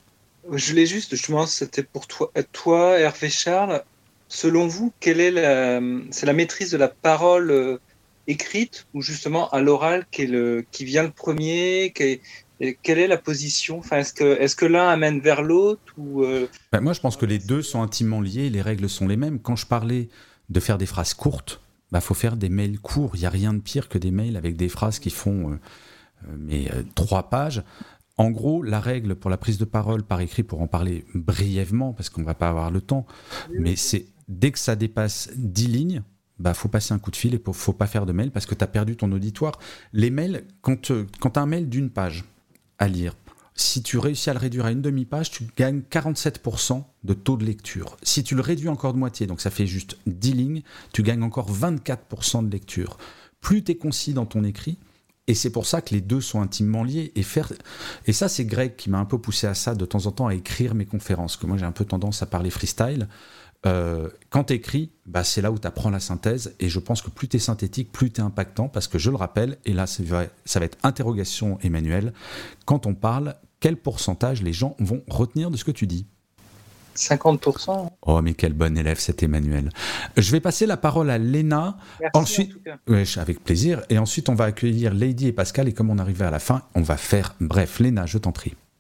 Speaker 10: Je voulais juste, justement, c'était pour toi, toi Hervé Charles. Selon vous, quelle est la, c'est la maîtrise de la parole euh, écrite ou justement à l'oral qui, est le, qui vient le premier qui est, quelle est la position? Enfin, est-ce que, est-ce que l'un amène vers l'autre ou euh...
Speaker 3: ben, moi, je pense que les deux sont intimement liés. Les règles sont les mêmes. Quand je parlais de faire des phrases courtes, bah, faut faire des mails courts. Il n'y a rien de pire que des mails avec des phrases qui font euh, euh, mais, euh, trois pages. En gros, la règle pour la prise de parole par écrit, pour en parler brièvement, parce qu'on ne va pas avoir le temps, mais c'est dès que ça dépasse dix lignes, bah, faut passer un coup de fil et il ne faut pas faire de mail parce que tu as perdu ton auditoire. Les mails, quand, euh, quand tu as un mail d'une page à lire, si tu réussis à le réduire à une demi-page, tu gagnes quarante-sept pour cent de taux de lecture. Si tu le réduis encore de moitié, donc ça fait juste dix lignes, tu gagnes encore vingt-quatre pour cent de lecture. Plus tu es concis dans ton écrit, et c'est pour ça que les deux sont intimement liés. Et, faire... et ça, c'est Greg qui m'a un peu poussé à ça, de temps en temps, à écrire mes conférences, que moi j'ai un peu tendance à parler freestyle. Euh, quand tu écris, bah, c'est là où tu apprends la synthèse, et je pense que plus tu es synthétique, plus tu es impactant, parce que je le rappelle, et là ça va, ça va être interrogation Emmanuel, quand on parle, quel pourcentage les gens vont retenir de ce que tu dis?
Speaker 10: cinquante pour cent.
Speaker 3: Oh, mais quel bon élève cet Emmanuel. Je vais passer la parole à Léna.
Speaker 10: Merci,
Speaker 3: ensuite,
Speaker 10: en tout cas.
Speaker 3: Ouais, avec plaisir. Et ensuite, on va accueillir Lady et Pascal. Et comme on arrive à la fin, on va faire bref. Léna, je t'en prie.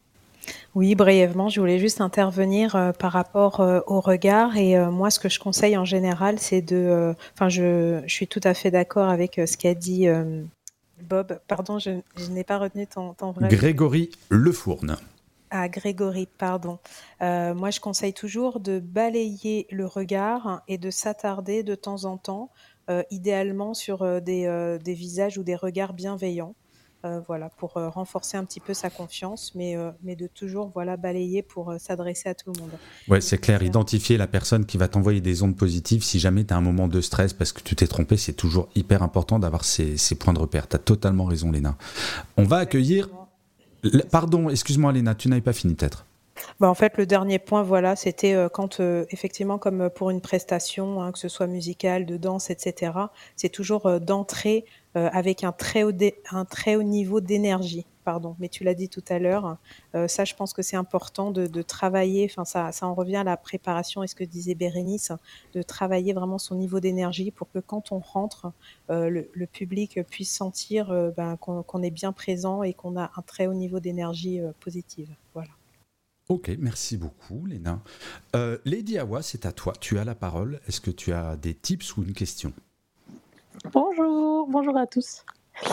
Speaker 4: Oui, brièvement, je voulais juste intervenir euh, par rapport euh, au regard. Et euh, moi, ce que je conseille en général, c'est de... euh, Enfin, je, je suis tout à fait d'accord avec euh, ce qu'a dit euh, Bob. Pardon, je, je n'ai pas retenu ton, ton vrai...
Speaker 3: Grégory Lefourne.
Speaker 4: Ah, Grégory, pardon. Euh, moi, je conseille toujours de balayer le regard et de s'attarder de temps en temps, euh, idéalement sur euh, des, euh, des visages ou des regards bienveillants. Euh, voilà, pour euh, renforcer un petit peu sa confiance, mais, euh, mais de toujours voilà, balayer pour euh, s'adresser à tout le monde.
Speaker 3: Ouais, c'est clair, identifier la personne qui va t'envoyer des ondes positives si jamais tu as un moment de stress parce que tu t'es trompé, c'est toujours hyper important d'avoir ces, ces points de repère. Tu as totalement raison, Léna. On va accueillir... Pardon, excuse-moi, Léna, tu n'avais pas fini peut-être.
Speaker 4: Bah, en fait, le dernier point, voilà, c'était euh, quand, euh, effectivement, comme pour une prestation, hein, que ce soit musicale, de danse, et cetera, c'est toujours euh, d'entrer euh, avec un très haut, dé- un très haut niveau d'énergie. Pardon, mais tu l'as dit tout à l'heure. Euh, ça, je pense que c'est important de, de travailler. Enfin, ça, ça en revient à la préparation et ce que disait Bérénice, de travailler vraiment son niveau d'énergie pour que quand on rentre, euh, le, le public puisse sentir euh, ben, qu'on, qu'on est bien présent et qu'on a un très haut niveau d'énergie euh, positive. Voilà.
Speaker 3: Ok, merci beaucoup, Léna. Euh, Lady Awa, c'est à toi. Tu as la parole. Est-ce que tu as des tips ou une question ?
Speaker 14: Bonjour, bonjour à tous.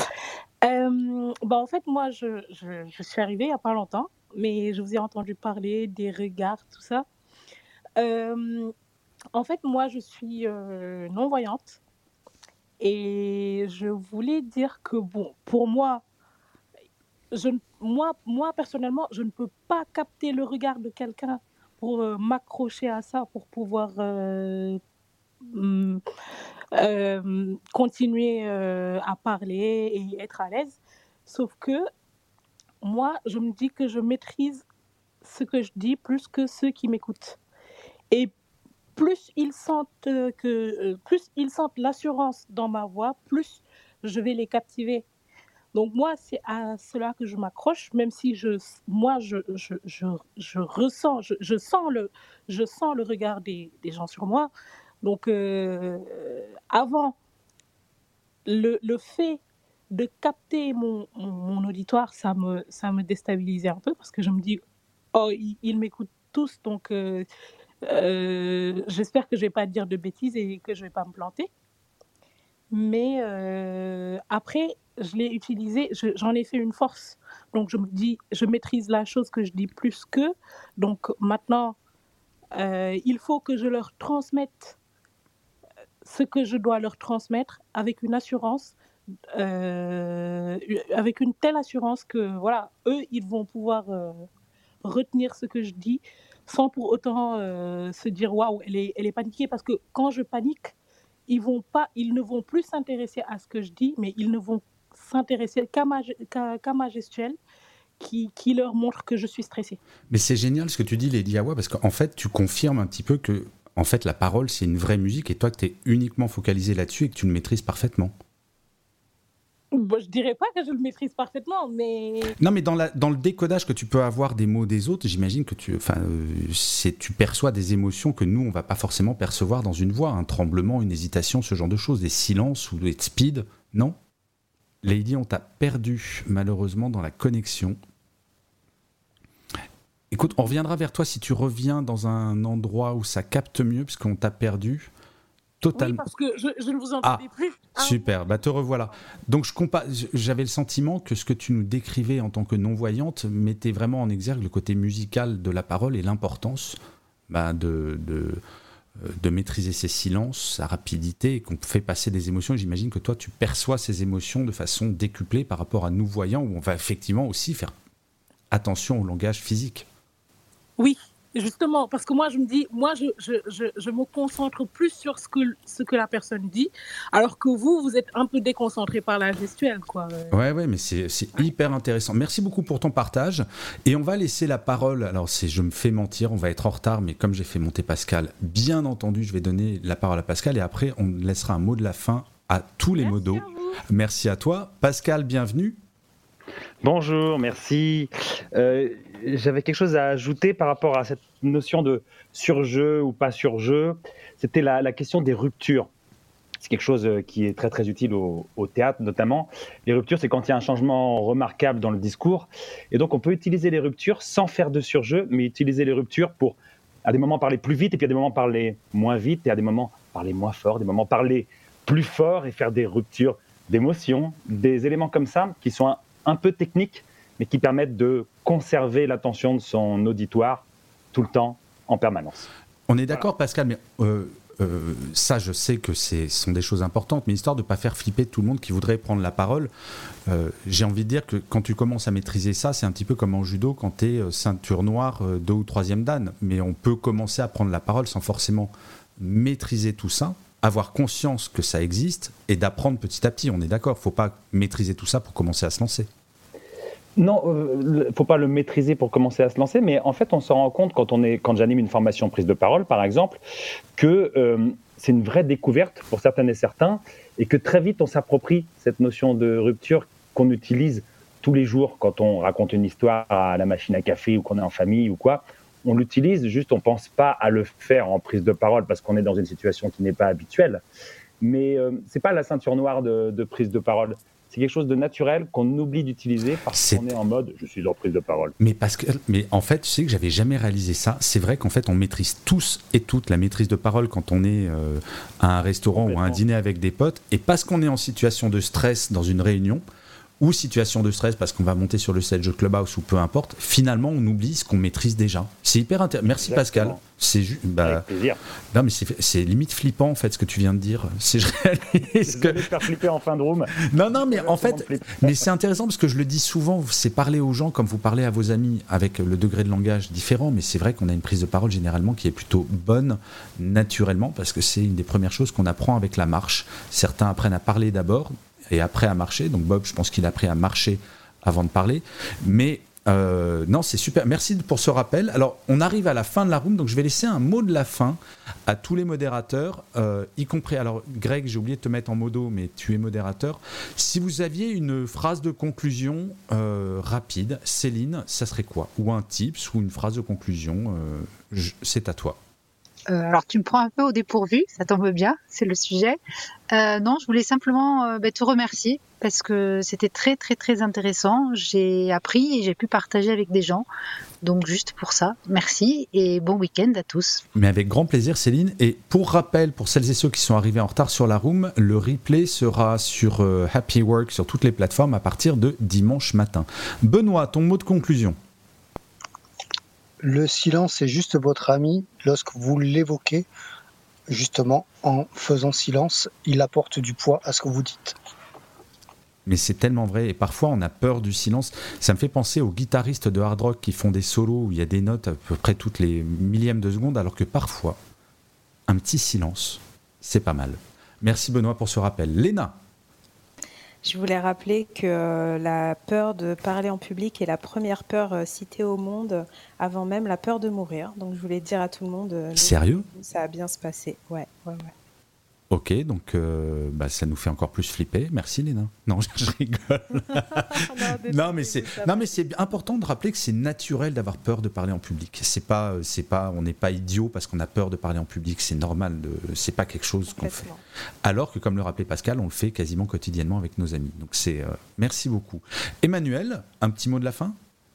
Speaker 14: Euh, bah en fait, moi, je, je, je suis arrivée il n'y a pas longtemps, mais je vous ai entendu parler des regards, tout ça. Euh, en fait, moi, je suis euh, non-voyante et je voulais dire que, bon, pour moi, je, ne- moi, moi, personnellement, je ne peux pas capter le regard de quelqu'un pour euh, m'accrocher à ça, pour pouvoir euh, hum, euh, continuer euh, à parler et être à l'aise. Sauf que moi, je me dis que je maîtrise ce que je dis plus que ceux qui m'écoutent. Et plus ils sentent euh, que euh, plus ils sentent l'assurance dans ma voix, plus je vais les captiver. Donc moi, c'est à cela que je m'accroche, même si je, moi, je, je, je, je ressens, je, je sens le, je sens le regard des, des gens sur moi. Donc euh, avant, le, le fait de capter mon, mon, mon auditoire, ça me, ça me déstabilisait un peu parce que je me dis, oh, ils, ils m'écoutent tous, donc euh, euh, j'espère que je ne vais pas dire de bêtises et que je ne vais pas me planter. Mais euh, après, je l'ai utilisé, je- j'en ai fait une force. Donc je me dis, je maîtrise la chose que je dis plus qu'eux. Donc maintenant, euh, il faut que je leur transmette ce que je dois leur transmettre avec une assurance, euh, avec une telle assurance que voilà, eux, ils vont pouvoir euh, retenir ce que je dis sans pour autant euh, se dire waouh, elle est, elle est paniquée. Parce que quand je panique, ils, vont pas, ils ne vont plus s'intéresser à ce que je dis, mais ils ne vont s'intéresser qu'à ma, qu'à, qu'à ma gestuelle qui, qui leur montre que je suis stressée.
Speaker 3: Mais c'est génial ce que tu dis, Lady Awa, parce qu'en fait, tu confirmes un petit peu que en fait, la parole, c'est une vraie musique et toi, que tu es uniquement focalisé là-dessus et que tu le maîtrises parfaitement.
Speaker 14: Bon, je dirais pas que je le maîtrise parfaitement, mais
Speaker 3: Non, mais dans, la, dans le décodage que tu peux avoir des mots des autres, j'imagine que tu, enfin, euh, c'est, tu perçois des émotions que nous, on va pas forcément percevoir dans une voix. Un tremblement, une hésitation, ce genre de choses, des silences ou des speed, non ? Lady, on t'a perdu, malheureusement, dans la connexion. Écoute, on reviendra vers toi si tu reviens dans un endroit où ça capte mieux, parce qu'on t'a perdu totalement.
Speaker 14: oui, parce que je, je ne vous entendais
Speaker 3: Ah,
Speaker 14: plus. Ah,
Speaker 3: super, bah te revoilà. Donc je compa- j'avais le sentiment que ce que tu nous décrivais en tant que non-voyante mettait vraiment en exergue le côté musical de la parole et l'importance bah, de, de, de maîtriser ses silences, sa rapidité, et qu'on fait passer des émotions. Et j'imagine que toi, tu perçois ces émotions de façon décuplée par rapport à nous voyants, où on va effectivement aussi faire attention au langage physique.
Speaker 14: oui, justement, parce que moi, je me dis, moi, je, je, je, je me concentre plus sur ce que, ce que la personne dit, alors que vous, vous êtes un peu déconcentré par la gestuelle, quoi.
Speaker 3: Ouais, ouais, mais c'est, c'est hyper intéressant. Merci beaucoup pour ton partage. Et on va laisser la parole. Alors, c'est, je me fais mentir, on va être en retard, mais comme j'ai fait monter Pascal, bien entendu, je vais donner la parole à Pascal et après, on laissera un mot de la fin à tous les modos. Merci à toi. Pascal, bienvenue.
Speaker 15: Bonjour, merci. Euh, j'avais quelque chose à ajouter par rapport à cette notion de surjeu ou pas surjeu. C'était la, la question des ruptures. c'est quelque chose qui est très très utile au, au théâtre notamment. Les ruptures, c'est quand il y a un changement remarquable dans le discours. Et donc on peut utiliser les ruptures sans faire de surjeu, mais utiliser les ruptures pour à des moments parler plus vite et puis à des moments parler moins vite et à des moments parler moins fort, des moments parler plus fort et faire des ruptures d'émotion, des éléments comme ça qui sont un, un peu techniques mais qui permettent de conserver l'attention de son auditoire tout le temps, en permanence.
Speaker 3: On est d'accord, voilà. Pascal, mais euh, euh, ça, je sais que ce sont des choses importantes, mais histoire de ne pas faire flipper tout le monde qui voudrait prendre la parole, euh, j'ai envie de dire que quand tu commences à maîtriser ça, c'est un petit peu comme en judo quand tu es ceinture noire, euh, deux ou troisième dan, mais on peut commencer à prendre la parole sans forcément maîtriser tout ça, avoir conscience que ça existe et d'apprendre petit à petit, on est d'accord, il ne faut pas maîtriser tout ça pour commencer à se lancer.
Speaker 15: Non, il euh, ne faut pas le maîtriser pour commencer à se lancer, mais en fait, on se rend compte quand, on est, quand j'anime une formation prise de parole, par exemple, que euh, c'est une vraie découverte pour certaines et certains, et que très vite, on s'approprie cette notion de rupture qu'on utilise tous les jours quand on raconte une histoire à la machine à café ou qu'on est en famille ou quoi. On l'utilise, juste on ne pense pas à le faire en prise de parole parce qu'on est dans une situation qui n'est pas habituelle. Mais euh, ce n'est pas la ceinture noire de, de prise de parole. C'est quelque chose de naturel qu'on oublie d'utiliser parce c'est... qu'on est en mode « je suis en prise de parole ».
Speaker 3: Mais, parce que, mais en fait, tu sais que j'avais jamais réalisé ça. C'est vrai qu'en fait, on maîtrise tous et toutes la maîtrise de parole quand on est euh, à un restaurant ou à un dîner avec des potes. Et parce qu'on est en situation de stress dans une réunion, ou situation de stress parce qu'on va monter sur le stage de Clubhouse ou peu importe, finalement on oublie ce qu'on maîtrise déjà. C'est hyper intéressant. Merci Exactement. Pascal. C'est ju- bah,
Speaker 15: Avec plaisir.
Speaker 3: Non mais c'est, c'est limite flippant en fait ce que tu viens de dire. C'est je réalise
Speaker 15: que je vais faire flipper en fin de room.
Speaker 3: Non non mais en fait, mais c'est intéressant parce que je le dis souvent, c'est parler aux gens comme vous parlez à vos amis avec le degré de langage différent, mais c'est vrai qu'on a une prise de parole généralement qui est plutôt bonne naturellement parce que c'est une des premières choses qu'on apprend avec la marche. Certains apprennent à parler d'abord et après à marcher. Donc Bob, je pense qu'il a appris à marcher avant de parler. Mais euh, non, c'est super. Merci pour ce rappel. Alors, on arrive à la fin de la room, donc je vais laisser un mot de la fin à tous les modérateurs, euh, y compris... Alors, Greg, j'ai oublié de te mettre en modo, mais tu es modérateur. Si vous aviez une phrase de conclusion euh, rapide, Céline, ça serait quoi ? Ou un tips, ou une phrase de conclusion, euh, je, c'est à toi.
Speaker 6: Euh, alors tu me prends un peu au dépourvu, ça tombe bien, c'est le sujet. Euh, non, je voulais simplement euh, bah, te remercier parce que c'était très très très intéressant. J'ai appris et j'ai pu partager avec des gens. Donc juste pour ça, merci et bon week-end à tous.
Speaker 3: Mais avec grand plaisir Céline. Et pour rappel, pour celles et ceux qui sont arrivés en retard sur la room, le replay sera sur euh, Happy Work, sur toutes les plateformes à partir de dimanche matin. Benoît, ton mot de conclusion ?
Speaker 9: Le silence est juste votre ami lorsque vous l'évoquez, justement, en faisant silence, il apporte du poids à ce que vous dites.
Speaker 3: Mais c'est tellement vrai, et parfois on a peur du silence. Ça me fait penser aux guitaristes de hard rock qui font des solos où il y a des notes à peu près toutes les millièmes de seconde, alors que parfois, un petit silence, c'est pas mal. Merci Benoît pour ce rappel. Léna ?
Speaker 4: Je voulais rappeler que la peur de parler en public est la première peur citée au monde avant même la peur de mourir. Donc je voulais dire à tout le monde...
Speaker 3: Sérieux ?
Speaker 4: Ça va bien se passer. Ouais, ouais, ouais.
Speaker 3: Ok, donc euh, bah, ça nous fait encore plus flipper. Merci Léna. Non, je, je rigole. non, non, mais c'est, non, mais c'est important de rappeler que c'est naturel d'avoir peur de parler en public. C'est pas, c'est pas, on n'est pas idiot parce qu'on a peur de parler en public. C'est normal. De, c'est pas quelque chose qu'on fait. Alors que, comme le rappelait Pascal, on le fait quasiment quotidiennement avec nos amis. Donc c'est, euh, merci beaucoup. Emmanuel, un petit mot de la fin ?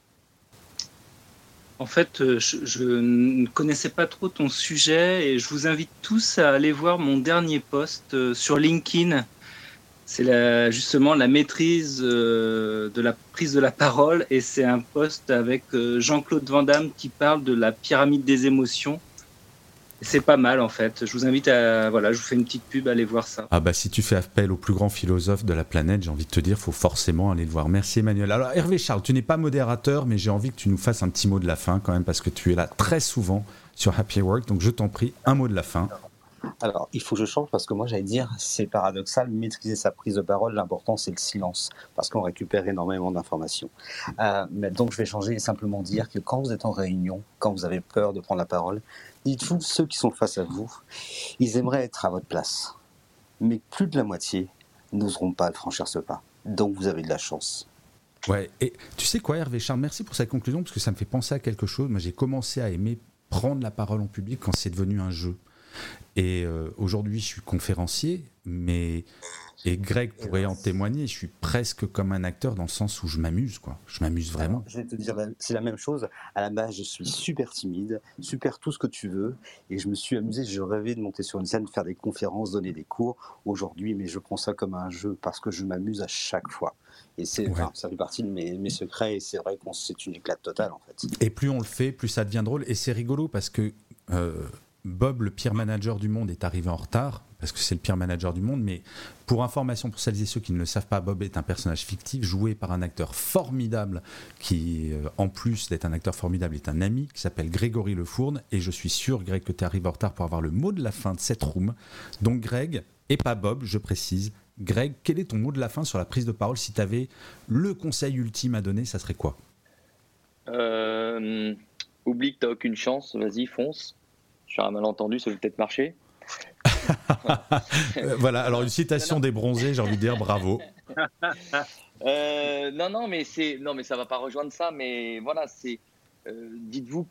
Speaker 10: En fait, je, je ne connaissais pas trop ton sujet et je vous invite tous à aller voir mon dernier post sur LinkedIn. C'est la, justement la maîtrise de la prise de la parole et c'est un post avec Jean-Claude Van Damme qui parle de la pyramide des émotions. Et c'est pas mal en fait. Je vous invite à, voilà, je vous fais une petite pub, allez voir ça.
Speaker 3: Ah bah si tu fais appel au plus grand philosophe de la planète, j'ai envie de te dire, faut forcément aller le voir. Merci Emmanuel. Alors Hervé Charles, tu n'es pas modérateur, mais j'ai envie que tu nous fasses un petit mot de la fin quand même, parce que tu es là très souvent sur Happy Work, donc je t'en prie, un mot de la fin.
Speaker 8: Alors, il faut que je change parce que moi, j'allais dire, c'est paradoxal, maîtriser sa prise de parole, l'important, c'est le silence, parce qu'on récupère énormément d'informations. Euh, mais donc, je vais changer et simplement dire que quand vous êtes en réunion, quand vous avez peur de prendre la parole, dites-vous, ceux qui sont face à vous, ils aimeraient être à votre place. Mais plus de la moitié n'oseront pas franchir ce pas. Donc, vous avez de la chance.
Speaker 3: Ouais, et tu sais quoi, Hervé Charles, merci pour cette conclusion, parce que ça me fait penser à quelque chose. Moi, j'ai commencé à aimer prendre la parole en public quand c'est devenu un jeu. Et euh, aujourd'hui, je suis conférencier, mais et Greg pourrait en témoigner. Je suis presque comme un acteur dans le sens où je m'amuse, quoi. Je m'amuse vraiment.
Speaker 8: Alors, je vais te dire, c'est la même chose. À la base, je suis super timide, super tout ce que tu veux, et je me suis amusé. Je rêvais de monter sur une scène, faire des conférences, donner des cours. Aujourd'hui, mais je prends ça comme un jeu parce que je m'amuse à chaque fois. Et c'est, ouais. enfin, ça fait partie de mes, mes secrets. Et c'est vrai qu'on c'est une éclate totale en fait.
Speaker 3: Et plus on le fait, plus ça devient drôle. Et c'est rigolo parce que euh, Bob, le pire manager du monde, est arrivé en retard, parce que c'est le pire manager du monde, mais pour information, pour celles et ceux qui ne le savent pas, Bob est un personnage fictif joué par un acteur formidable qui, euh, en plus d'être un acteur formidable, est un ami, qui s'appelle Grégory Lefourne, et je suis sûr, Greg, que tu arrives en retard pour avoir le mot de la fin de cette room. Donc Greg, et pas Bob, je précise. Greg, quel est ton mot de la fin sur la prise de parole? Si tu avais le conseil ultime à donner, ça serait quoi?
Speaker 11: euh, Oublie que tu n'as aucune chance, vas-y, fonce. Sur un malentendu, ça peut peut-être marcher.
Speaker 3: Voilà, alors une citation des bronzés, j'ai envie de dire bravo.
Speaker 11: euh, non, non, mais c'est, non, mais ça va pas rejoindre ça, mais voilà, c'est, euh, dites-vous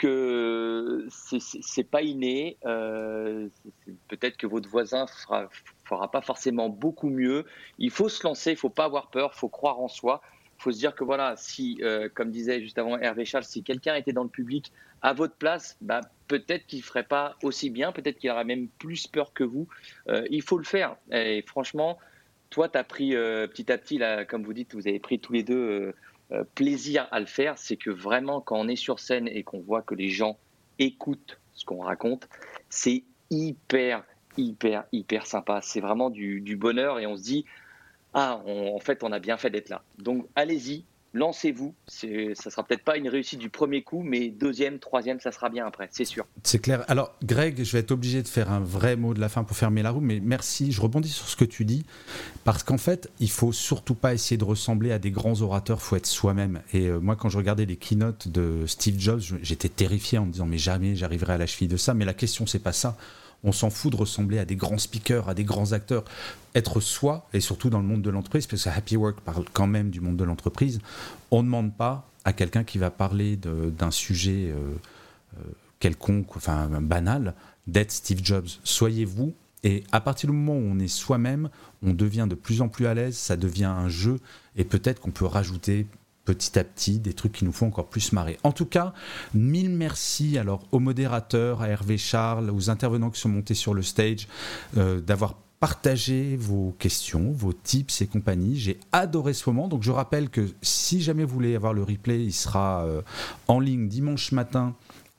Speaker 11: que c'est, c'est, c'est pas inné. Euh, c'est, c'est, peut-être que votre voisin fera, fera pas forcément beaucoup mieux. Il faut se lancer, il faut pas avoir peur, il faut croire en soi. Il faut se dire que voilà, si, euh, comme disait juste avant Hervé Charles, si quelqu'un était dans le public à votre place, bah, peut-être qu'il ne ferait pas aussi bien, peut-être qu'il aurait même plus peur que vous. Euh, il faut le faire. Et franchement, toi, tu as pris euh, petit à petit, là, comme vous dites, vous avez pris tous les deux euh, euh, plaisir à le faire. C'est que vraiment, quand on est sur scène et qu'on voit que les gens écoutent ce qu'on raconte, c'est hyper, hyper, hyper sympa. C'est vraiment du, du bonheur et on se dit... Ah, on, en fait, on a bien fait d'être là. Donc, allez-y, lancez-vous. C'est, ça sera peut-être pas une réussite du premier coup, mais deuxième, troisième, ça sera bien après, c'est sûr.
Speaker 3: C'est clair. Alors, Greg, je vais être obligé de faire un vrai mot de la fin pour fermer la roue, mais merci. Je rebondis sur ce que tu dis, parce qu'en fait, il faut surtout pas essayer de ressembler à des grands orateurs. Il faut être soi-même. Et euh, moi, quand je regardais les keynotes de Steve Jobs, j'étais terrifié en me disant, mais jamais j'arriverai à la cheville de ça. Mais la question, c'est pas ça. On s'en fout de ressembler à des grands speakers, à des grands acteurs. Être soi, et surtout dans le monde de l'entreprise, parce que Happy Work parle quand même du monde de l'entreprise, on ne demande pas à quelqu'un qui va parler de, d'un sujet euh, euh, quelconque, enfin banal, d'être Steve Jobs. Soyez vous, et à partir du moment où on est soi-même, on devient de plus en plus à l'aise, ça devient un jeu, et peut-être qu'on peut rajouter petit à petit, des trucs qui nous font encore plus marrer. En tout cas, mille merci alors aux modérateurs, à Hervé Charles, aux intervenants qui sont montés sur le stage, euh, d'avoir partagé vos questions, vos tips et compagnie. J'ai adoré ce moment. Donc je rappelle que si jamais vous voulez avoir le replay, il sera euh, en ligne dimanche matin,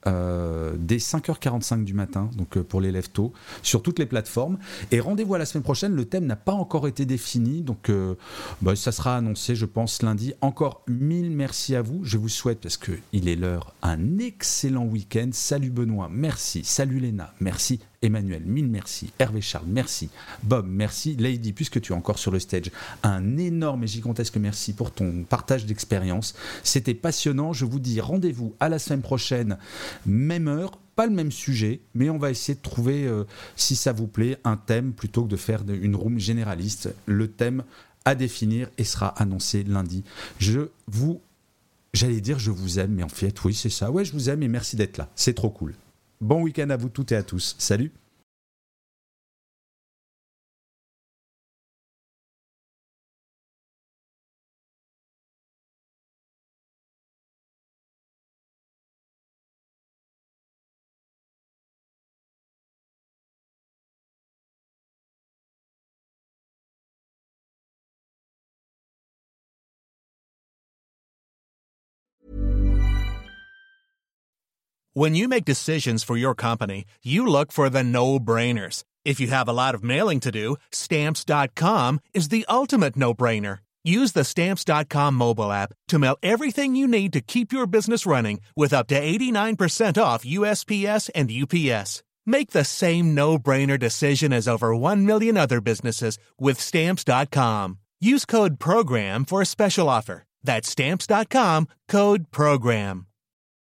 Speaker 3: Euh, dès cinq heures quarante-cinq du matin, donc euh, pour les lève tôt, sur toutes les plateformes. Et rendez-vous à la semaine prochaine. Le thème n'a pas encore été défini, donc euh, bah, ça sera annoncé, je pense, lundi. Encore mille merci à vous. Je vous souhaite, parce qu'il est l'heure, un excellent week-end. Salut Benoît, merci. Salut Léna, merci. Emmanuel, mille merci. Hervé Charles, merci. Bob, merci. Lady, puisque tu es encore sur le stage, un énorme et gigantesque merci pour ton partage d'expérience. C'était passionnant. Je vous dis rendez-vous à la semaine prochaine, même heure, pas le même sujet, mais on va essayer de trouver, euh, si ça vous plaît, un thème plutôt que de faire une room généraliste. Le thème à définir et sera annoncé lundi. Je vous, j'allais dire je vous aime, mais en fait, oui, c'est ça. Ouais, je vous aime et merci d'être là. C'est trop cool. Bon week-end à vous toutes et à tous. Salut.
Speaker 16: When you make decisions for your company, you look for the no-brainers. If you have a lot of mailing to do, Stamps dot com is the ultimate no-brainer. Use the Stamps dot com mobile app to mail everything you need to keep your business running with up to eighty-nine percent off U S P S and U P S. Make the same no-brainer decision as over one million other businesses with Stamps dot com. Use code PROGRAM for a special offer. That's Stamps dot com, code PROGRAM.